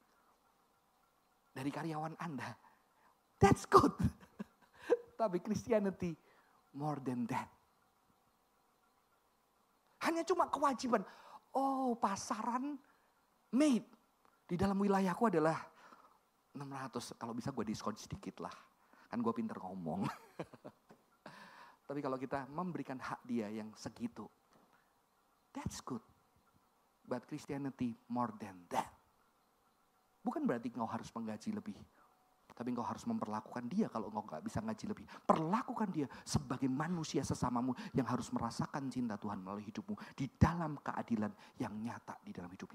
dari karyawan Anda, that's good. Tapi Christianity more than that. Hanya cuma kewajiban. Oh, pasaran maid di dalam wilayahku adalah enam ratus. Kalau bisa gue diskon sedikit lah. Kan gue pinter ngomong. Tapi kalau kita memberikan hak dia yang segitu, that's good. But Christianity more than that. Bukan berarti engkau harus menggaji lebih. Tapi engkau harus memperlakukan dia kalau engkau gak bisa ngaji lebih. Perlakukan dia sebagai manusia sesamamu yang harus merasakan cinta Tuhan melalui hidupmu. Di dalam keadilan yang nyata di dalam hidupnya.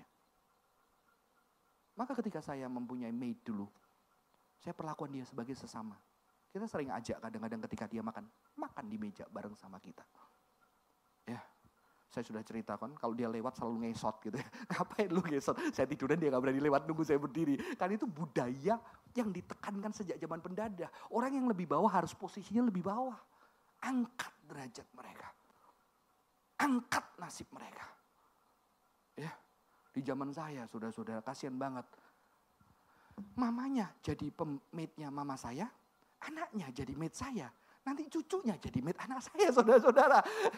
Maka ketika saya mempunyai maid dulu, saya perlakukan dia sebagai sesama. Kita sering ajak kadang-kadang ketika dia makan, makan di meja bareng sama kita. Ya, saya sudah ceritakan kalau dia lewat selalu ngesot gitu ya. Ngapain lu ngesot? Saya tiduran dia gak berani lewat nunggu saya berdiri. Karena itu budaya yang ditekankan sejak zaman pendadah. Orang yang lebih bawah harus posisinya lebih bawah. Angkat derajat mereka. Angkat nasib mereka. Ya. Di zaman saya, saudara-saudara, kasihan banget. Mamanya jadi maidnya mama saya, anaknya jadi maid saya. Nanti cucunya jadi maid anak saya, saudara-saudara.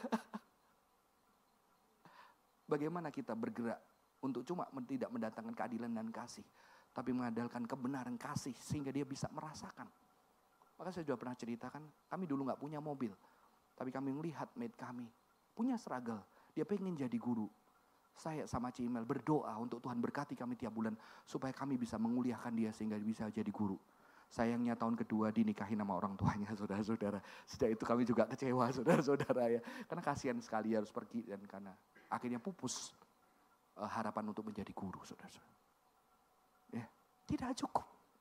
Bagaimana kita bergerak untuk cuma tidak mendatangkan keadilan dan kasih. Tapi mengandalkan kebenaran kasih sehingga dia bisa merasakan. Maka saya sudah pernah ceritakan, kami dulu gak punya mobil. Tapi kami melihat maid kami punya struggle. Dia pengen jadi guru. Saya sama Cimel berdoa untuk Tuhan berkati kami tiap bulan supaya kami bisa menguliahkan dia sehingga bisa jadi guru. Sayangnya tahun kedua dinikahin sama orang tuanya, saudara-saudara. Sejak itu kami juga kecewa, saudara-saudara ya. Karena kasihan sekali harus pergi dan karena akhirnya pupus uh, harapan untuk menjadi guru, saudara-saudara. Ya, tidak cukup.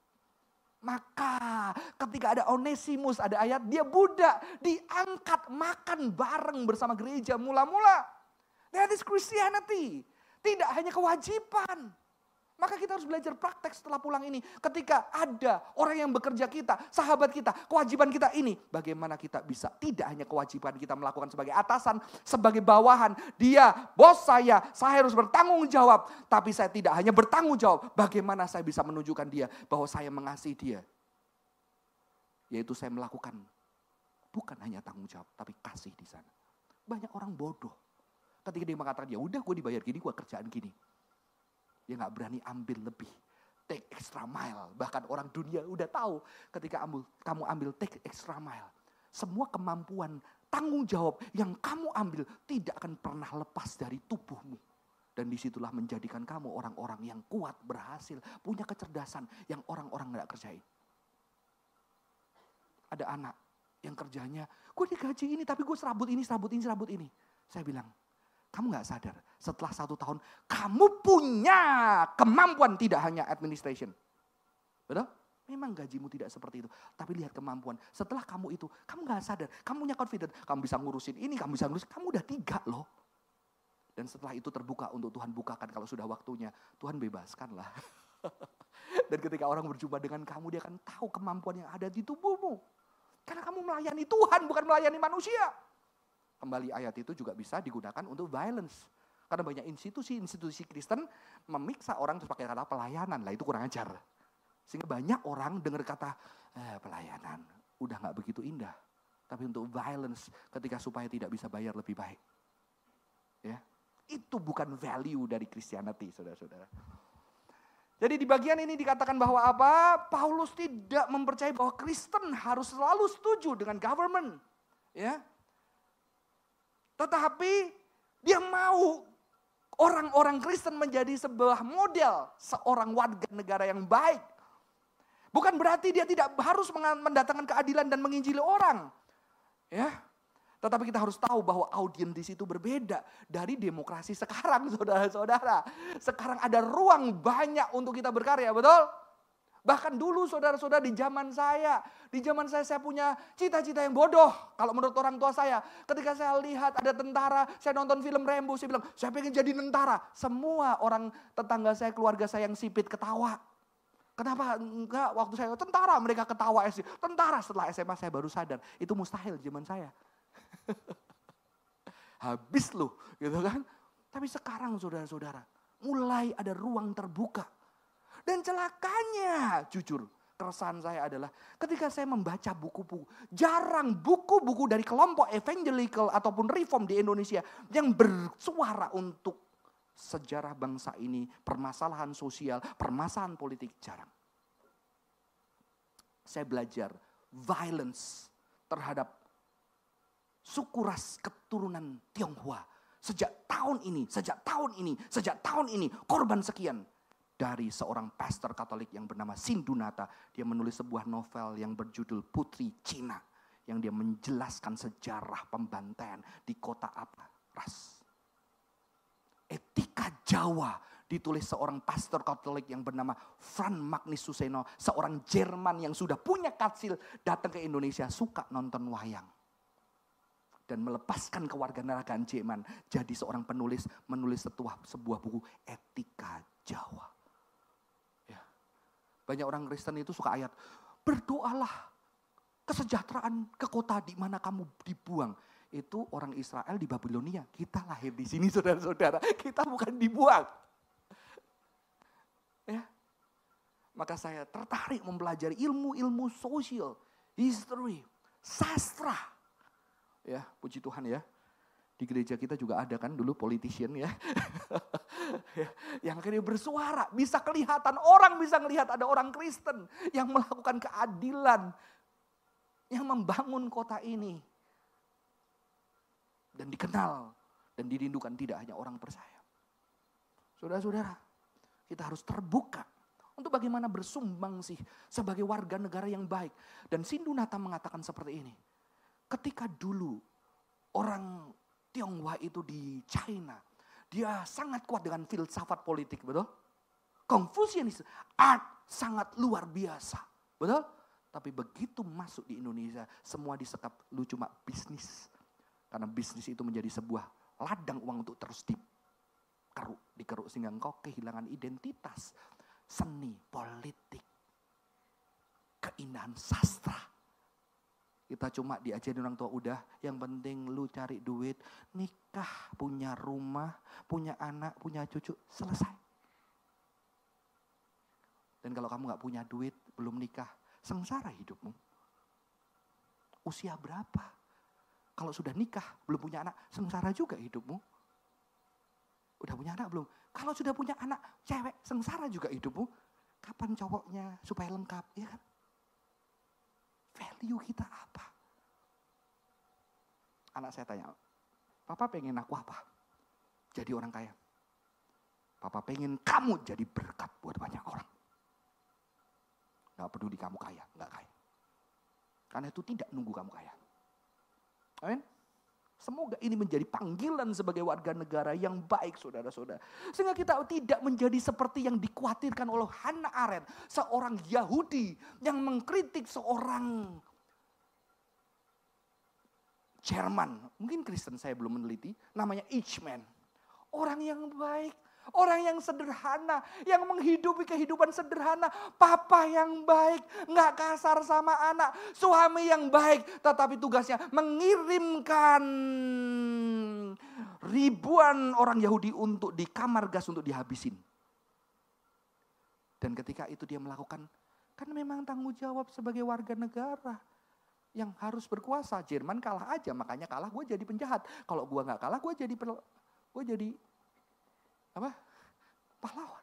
Maka ketika ada Onesimus, ada ayat dia budak, diangkat makan bareng bersama gereja mula-mula. That is Christianity. Tidak hanya kewajiban. Maka kita harus belajar praktek setelah pulang ini. Ketika ada orang yang bekerja kita, sahabat kita, kewajiban kita ini. Bagaimana kita bisa, tidak hanya kewajiban kita melakukan sebagai atasan, sebagai bawahan. Dia, bos saya, saya harus bertanggung jawab. Tapi saya tidak hanya bertanggung jawab. Bagaimana saya bisa menunjukkan dia bahwa saya mengasihi dia. Yaitu saya melakukan, bukan hanya tanggung jawab, tapi kasih di sana. Banyak orang bodoh. Ketika dia mengatakan, ya udah gue dibayar gini, gue kerjaan gini. Dia gak berani ambil lebih. take extra mile. Bahkan orang dunia udah tahu ketika ambil, kamu ambil take extra mile. Semua kemampuan, tanggung jawab yang kamu ambil tidak akan pernah lepas dari tubuhmu. Dan disitulah menjadikan kamu orang-orang yang kuat, berhasil, punya kecerdasan yang orang-orang gak kerjain. Ada anak yang kerjanya, gue digaji ini tapi gue serabut ini, serabut ini, serabut ini. Saya bilang, kamu gak sadar setelah satu tahun kamu punya kemampuan tidak hanya administration. Betul? Memang gajimu tidak seperti itu. Tapi lihat kemampuan. Setelah kamu itu, kamu gak sadar. Kamu punya confidence. Kamu bisa ngurusin ini, kamu bisa ngurusin. Kamu udah tiga loh. Dan setelah itu terbuka untuk Tuhan bukakan kalau sudah waktunya. Tuhan bebaskanlah. Dan ketika orang berjumpa dengan kamu, dia akan tahu kemampuan yang ada di tubuhmu. Karena kamu melayani Tuhan, bukan melayani manusia. Kembali ayat itu juga bisa digunakan untuk violence. Karena banyak institusi-institusi Kristen memiksa orang terus pakai kata pelayanan. Lah itu kurang ajar. Sehingga banyak orang dengar kata eh, pelayanan. Udah gak begitu indah. Tapi untuk violence ketika supaya tidak bisa bayar lebih baik. Ya, itu bukan value dari Christianity, saudara-saudara. Jadi di bagian ini dikatakan bahwa apa? Paulus tidak mempercayai bahwa Kristen harus selalu setuju dengan government. Ya. Tetapi dia mau orang-orang Kristen menjadi sebuah model seorang warga negara yang baik. Bukan berarti dia tidak harus mendatangkan keadilan dan menginjili orang. Ya. Tetapi kita harus tahu bahwa audiens di situ berbeda dari demokrasi sekarang, saudara-saudara. Sekarang ada ruang banyak untuk kita berkarya, betul? Bahkan dulu saudara-saudara di zaman saya, di zaman saya saya punya cita-cita yang bodoh. Kalau menurut orang tua saya, ketika saya lihat ada tentara, saya nonton film Rambo, saya bilang, saya pengen jadi tentara. Semua orang tetangga saya, keluarga saya yang sipit ketawa. Kenapa enggak waktu saya tentara mereka ketawa S D. Tentara setelah S M A saya baru sadar. Itu mustahil zaman saya. Habis loh gitu kan. Tapi sekarang saudara-saudara mulai ada ruang terbuka. Dan celakanya jujur keresahan saya adalah ketika saya membaca buku-buku. Jarang buku-buku dari kelompok evangelical ataupun reform di Indonesia yang bersuara untuk sejarah bangsa ini, permasalahan sosial, permasalahan politik, jarang. Saya belajar violence terhadap suku ras keturunan Tionghoa. Sejak tahun ini, sejak tahun ini, sejak tahun ini, korban sekian. Dari seorang pastor Katolik yang bernama Sindunata. Dia menulis sebuah novel yang berjudul Putri Cina. Yang dia menjelaskan sejarah pembantaian di kota apa, ras. Etika Jawa ditulis seorang pastor Katolik yang bernama Frans Magnus Suseno, seorang Jerman yang sudah punya katsil datang ke Indonesia, suka nonton wayang dan melepaskan kewarganegaraan Jerman, jadi seorang penulis, menulis sebuah sebuah buku Etika Jawa. Ya. Banyak orang Kristen itu suka ayat, berdoalah kesejahteraan ke kota di mana kamu dibuang. Itu orang Israel di Babilonia. Kita lahir di sini saudara-saudara. Kita bukan dibuang. Ya. Maka saya tertarik mempelajari ilmu-ilmu sosial, history, sastra. Ya, puji Tuhan ya. Di gereja kita juga ada kan dulu politician ya. Yang akhirnya bersuara. Bisa kelihatan, orang bisa melihat ada orang Kristen yang melakukan keadilan. Yang membangun kota ini. Dan dikenal dan dirindukan tidak hanya orang percaya. Saudara-saudara, kita harus terbuka untuk bagaimana bersumbang sih sebagai warga negara yang baik. Dan Sindunata mengatakan seperti ini. Ketika dulu orang Tionghoa itu di China, dia sangat kuat dengan filsafat politik, betul? Confucianism, art sangat luar biasa, betul? Tapi begitu masuk di Indonesia, semua disekap, lu cuma bisnis. Karena bisnis itu menjadi sebuah ladang uang untuk terus dikeruk, dikeruk sehingga engkau kehilangan identitas, seni, politik, keindahan sastra. Kita cuma diajarin orang tua, udah yang penting lu cari duit, nikah, punya rumah, punya anak, punya cucu, selesai. Dan kalau kamu gak punya duit, belum nikah, sengsara hidupmu. Usia berapa? Kalau sudah nikah, belum punya anak, sengsara juga hidupmu. Udah punya anak belum? Kalau sudah punya anak, cewek, sengsara juga hidupmu. Kapan cowoknya supaya lengkap, ya kan? Value kita apa? Anak saya tanya, Papa pengen aku apa? Jadi orang kaya. Papa pengen kamu jadi berkat buat banyak orang. Gak peduli kamu kaya, gak kaya. Karena itu tidak nunggu kamu kaya. Amin. Semoga ini menjadi panggilan sebagai warga negara yang baik, saudara-saudara. Sehingga kita tidak menjadi seperti yang dikhawatirkan oleh Hannah Arendt, seorang Yahudi yang mengkritik seorang Jerman. Mungkin Kristen, saya belum meneliti, namanya Eichmann. Orang yang baik, orang yang sederhana, yang menghidupi kehidupan sederhana. Papa yang baik, gak kasar sama anak. Suami yang baik, tetapi tugasnya mengirimkan ribuan orang Yahudi untuk di kamar gas untuk dihabisin. Dan ketika itu dia melakukan, kan memang tanggung jawab sebagai warga negara yang harus berkuasa. Jerman kalah aja, makanya kalah gue jadi penjahat. Kalau gue gak kalah, gue jadi gue jadi apa? Pahlawan.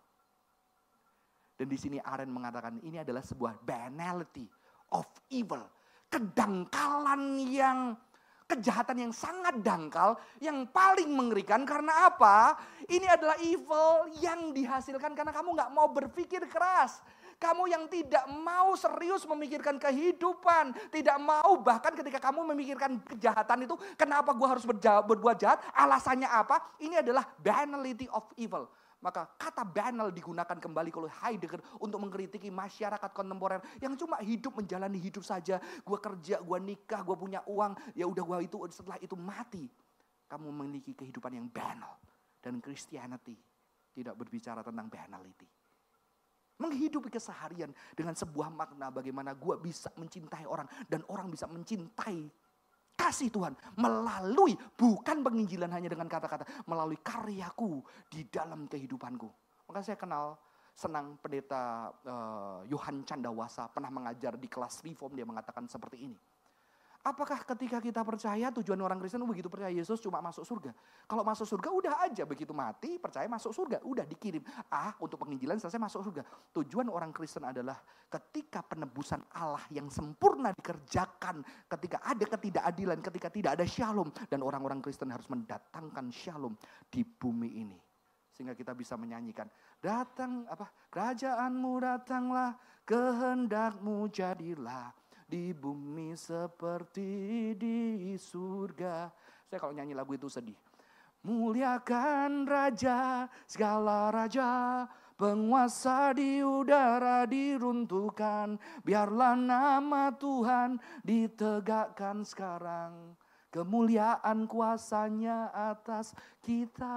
Dan di sini Arendt mengatakan ini adalah sebuah banality of evil. Kedangkalan yang, kejahatan yang sangat dangkal, yang paling mengerikan. Karena apa? Ini adalah evil yang dihasilkan karena kamu gak mau berpikir keras. Kamu yang tidak mau serius memikirkan kehidupan. Tidak mau bahkan ketika kamu memikirkan kejahatan itu. Kenapa gue harus berbuat jahat? Alasannya apa? Ini adalah banality of evil. Maka kata banal digunakan kembali oleh Heidegger untuk mengkritiki masyarakat kontemporer. Yang cuma hidup menjalani hidup saja. Gue kerja, gue nikah, gue punya uang. Ya udah gue itu setelah itu mati. Kamu memiliki kehidupan yang banal. Dan Christianity tidak berbicara tentang banality. Menghidupi keseharian dengan sebuah makna bagaimana gue bisa mencintai orang. Dan orang bisa mencintai kasih Tuhan melalui bukan penginjilan hanya dengan kata-kata. Melalui karyaku di dalam kehidupanku. Maka saya kenal senang pendeta uh, Yohan Candawasa pernah mengajar di kelas Reform. Dia mengatakan seperti ini. Apakah ketika kita percaya tujuan orang Kristen begitu percaya Yesus cuma masuk surga? Kalau masuk surga udah aja begitu mati percaya masuk surga. Udah dikirim. Ah untuk penginjilan selesai masuk surga. Tujuan orang Kristen adalah ketika penebusan Allah yang sempurna dikerjakan. Ketika ada ketidakadilan, ketika tidak ada shalom. Dan orang-orang Kristen harus mendatangkan shalom di bumi ini. Sehingga kita bisa menyanyikan. Datang apa? Kerajaanmu datanglah, kehendakmu jadilah. Di bumi seperti di surga. Saya kalau nyanyi lagu itu sedih. Muliakan Raja, segala Raja, penguasa di udara diruntuhkan. Biarlah nama Tuhan ditegakkan sekarang. Kemuliaan kuasanya atas kita.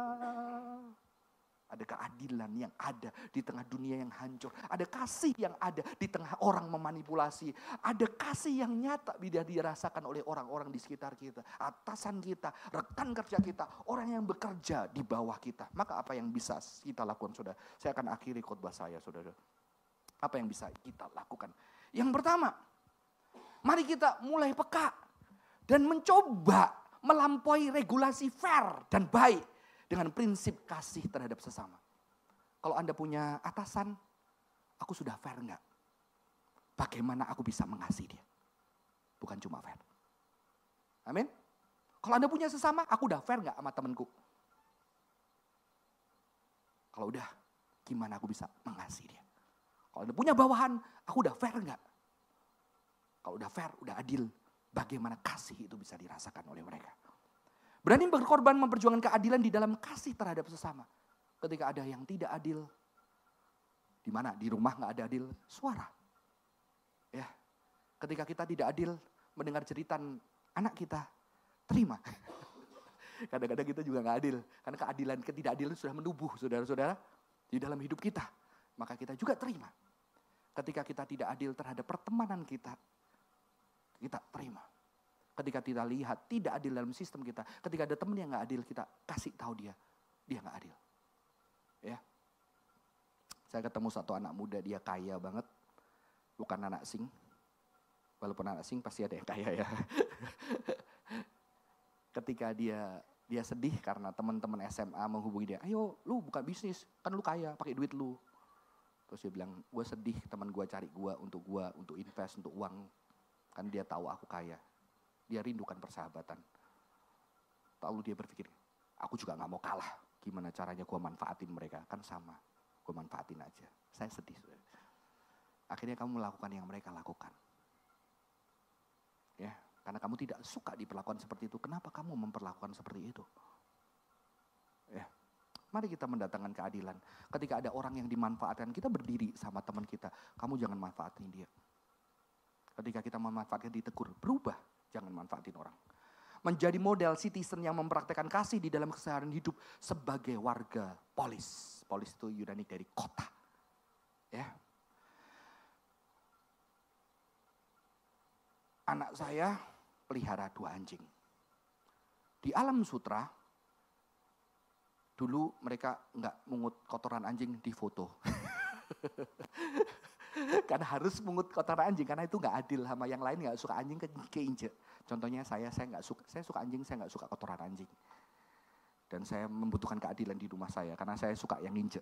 Ada keadilan yang ada di tengah dunia yang hancur. Ada kasih yang ada di tengah orang memanipulasi. Ada kasih yang nyata bila dirasakan oleh orang-orang di sekitar kita. Atasan kita, rekan kerja kita, orang yang bekerja di bawah kita. Maka apa yang bisa kita lakukan, saudara? Saya akan akhiri khotbah saya, saudara. Apa yang bisa kita lakukan? Yang pertama, mari kita mulai peka dan mencoba melampaui regulasi fair dan baik. Dengan prinsip kasih terhadap sesama. Kalau Anda punya atasan, aku sudah fair enggak? Bagaimana aku bisa mengasihi dia? Bukan cuma fair. Amin. Kalau Anda punya sesama, aku udah fair enggak sama temanku? Kalau udah, gimana aku bisa mengasihi dia? Kalau Anda punya bawahan, aku udah fair enggak? Kalau udah fair, udah adil, bagaimana kasih itu bisa dirasakan oleh mereka? Berani berkorban memperjuangkan keadilan di dalam kasih terhadap sesama. Ketika ada yang tidak adil, di mana? Di rumah nggak ada adil, suara. Ya, ketika kita tidak adil mendengar jeritan anak kita, terima. Kadang-kadang kita juga nggak adil, karena keadilan, ketidakadilan sudah menubuh, saudara-saudara, di dalam hidup kita. Maka kita juga terima. Ketika kita tidak adil terhadap pertemanan kita, kita terima. Ketika kita lihat tidak adil dalam sistem kita, ketika ada teman yang nggak adil, kita kasih tahu dia, dia nggak adil. Ya, saya ketemu satu anak muda, dia kaya banget, bukan anak sing, walaupun anak sing pasti ada yang kaya ya. Ketika dia dia sedih karena teman-teman S M A menghubungi dia, ayo lu buka bisnis, kan lu kaya, pakai duit lu. Terus dia bilang, gue sedih teman gue cari gue untuk gue, untuk invest, untuk uang. Kan dia tahu aku kaya. Dia rindukan persahabatan. Lalu dia berpikir, aku juga gak mau kalah. Gimana caranya gue manfaatin mereka, kan sama. Gue manfaatin aja. Saya sedih. Akhirnya kamu melakukan yang mereka lakukan. Ya, karena kamu tidak suka diperlakukan seperti itu. Kenapa kamu memperlakukan seperti itu? Ya. Mari kita mendatangkan keadilan. Ketika ada orang yang dimanfaatkan, kita berdiri sama teman kita. Kamu jangan manfaatin dia. Ketika kita memanfaatkan, ditegur. Berubah, jangan manfaatin orang. Menjadi model citizen yang mempraktekkan kasih di dalam keseharian hidup sebagai warga polis. Polis itu Yunani dari kota. Ya. Anak saya pelihara dua anjing. Di alam sutra, dulu mereka nggak mungut kotoran anjing di foto. Karena harus mungut kotoran anjing, karena itu nggak adil sama yang lain nggak suka anjing ke keinjek. Contohnya saya, saya nggak suka, saya suka anjing, saya nggak suka kotoran anjing. Dan saya membutuhkan keadilan di rumah saya karena saya suka yang injek.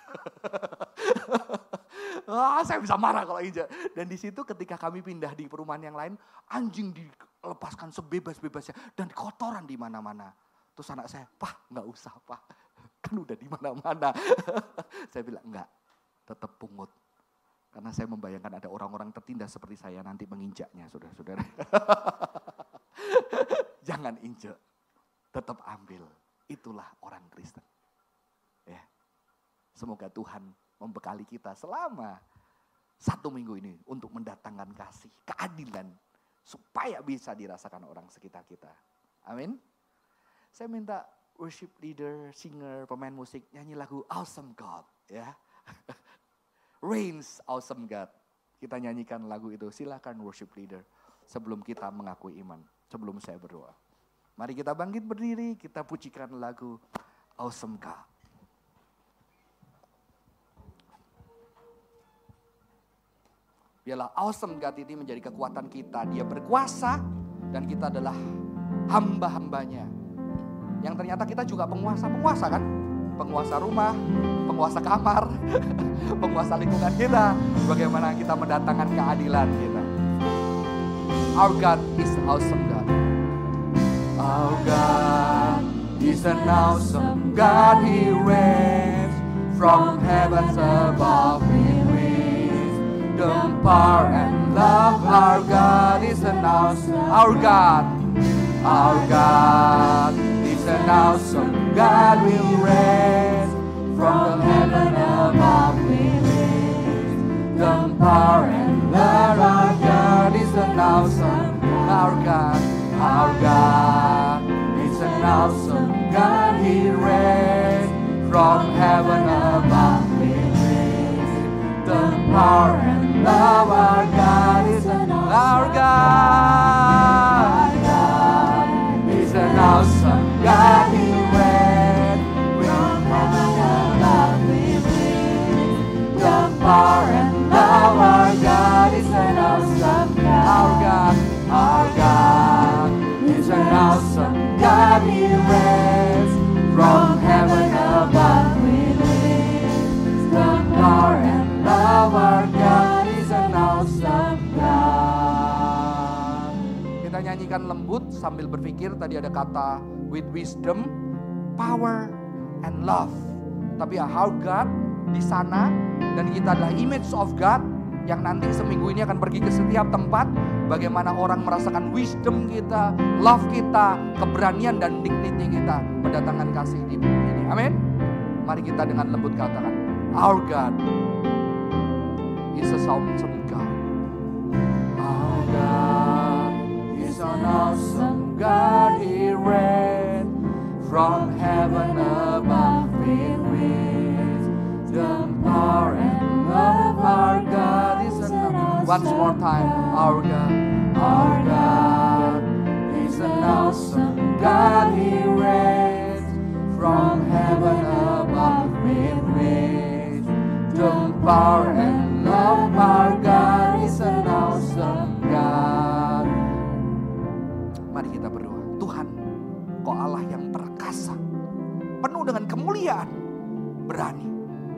Ah, saya bisa marah kalau injek. Dan di situ ketika kami pindah di perumahan yang lain, anjing dilepaskan sebebas-bebasnya dan kotoran di mana-mana. Terus anak saya, "Pak, nggak usah, Pak. Kan udah di mana-mana." Saya bilang, "Enggak, tetap pungut." Karena saya membayangkan ada orang-orang tertindas seperti saya nanti menginjaknya, saudara-saudara. Jangan injek, tetap ambil. Itulah orang Kristen. Ya. Semoga Tuhan membekali kita selama satu minggu ini untuk mendatangkan kasih, keadilan, supaya bisa dirasakan orang sekitar kita. Amin. Saya minta worship leader, singer, pemain musik nyanyi lagu Awesome God, ya. Reigns Awesome God. Kita nyanyikan lagu itu. Silakan worship leader sebelum kita mengakui iman, sebelum saya berdoa. Mari kita bangkit berdiri, kita pujikan lagu Awesome God. Biarlah awesome God ini menjadi kekuatan kita. Dia berkuasa dan kita adalah hamba-hambanya. Yang ternyata kita juga penguasa-penguasa kan? Penguasa rumah, penguasa kamar, penguasa lingkungan kita. Bagaimana kita mendatangkan keadilan kita. Our God is awesome God. Our God is an awesome God. He reigns from heavens above. He reigns the power and love. Our God is an awesome. Our God, our God is an awesome God. We reign from heaven above. We reign the power and love. Our God is an awesome. Our God, our God is an awesome God. He reigns from heaven above. We reign the power and love. Our God is an awesome. Our God, our God is an awesome God. He reigns from heaven above. We reign the power and love. Our God is an awesome God. Our God, our God is an awesome God. He reigns from heaven above. We reign the power and love. Our God is an awesome God. Kita nyanyikan lembut sambil berpikir. Tadi ada kata with wisdom, power, and love. Tapi ya, how God di sana dan kita adalah image of God yang nanti seminggu ini akan pergi ke setiap tempat. Bagaimana orang merasakan wisdom kita, love kita, keberanian dan dignity kita, mendatangkan kasih di bumi ini. Amin. Mari kita dengan lembut katakan, our God is a awesome God. Our God is an awesome God. He reigns from heaven above. He reigns the power and love. Our God is an awesome. Once more time, our God, our God is an awesome God. He reigns from heaven above. He reigns the power and love. Our God is an awesome God. Mari kita berdoa. Tuhan, Kau Allah yang perkasa, penuh dengan kemuliaan, berani.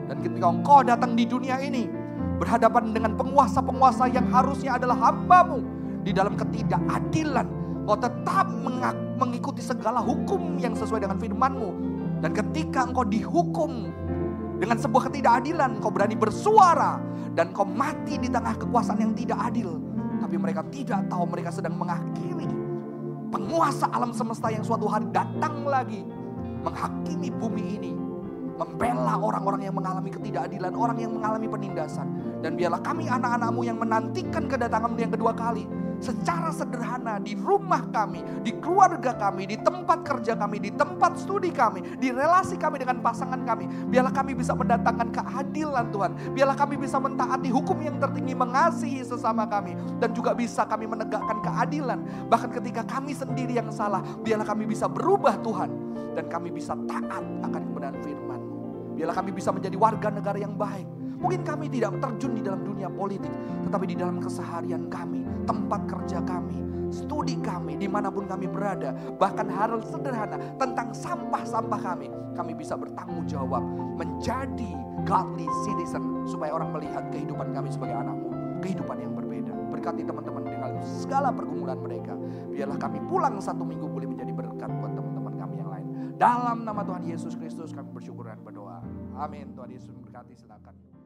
Dan ketika engkau datang di dunia ini, berhadapan dengan penguasa-penguasa yang harusnya adalah hamba-Mu, di dalam ketidakadilan, Engkau tetap mengikuti segala hukum yang sesuai dengan firman-Mu. Dan ketika Engkau dihukum dengan sebuah ketidakadilan, Engkau berani bersuara, dan Engkau mati di tengah kekuasaan yang tidak adil. Tapi mereka tidak tahu mereka sedang mengakhiri penguasa alam semesta yang suatu hari datang lagi, menghakimi bumi ini, membela orang-orang yang mengalami ketidakadilan, orang yang mengalami penindasan. Dan biarlah kami anak-anak-Mu yang menantikan kedatangan-Mu yang kedua kali, secara sederhana di rumah kami, di keluarga kami, di tempat kerja kami, di tempat studi kami, di relasi kami dengan pasangan kami. Biarlah kami bisa mendatangkan keadilan Tuhan. Biarlah kami bisa mentaati hukum yang tertinggi, mengasihi sesama kami. Dan juga bisa kami menegakkan keadilan. Bahkan ketika kami sendiri yang salah, biarlah kami bisa berubah Tuhan. Dan kami bisa taat akan kebenaran firman-Mu. Biarlah kami bisa menjadi warga negara yang baik. Mungkin kami tidak terjun di dalam dunia politik, tetapi di dalam keseharian kami, tempat kerja kami, studi kami, dimanapun kami berada, bahkan hal sederhana tentang sampah-sampah kami, kami bisa bertanggung jawab menjadi godly citizen, supaya orang melihat kehidupan kami sebagai anak-Mu, kehidupan yang berbeda. Berkati teman-teman dengan segala pergumulan mereka. Biarlah kami pulang satu minggu boleh menjadi berkat buat teman-teman kami yang lain. Dalam nama Tuhan Yesus Kristus kami bersyukur dan berdoa. Amin. Tuhan Yesus memberkati, silakan.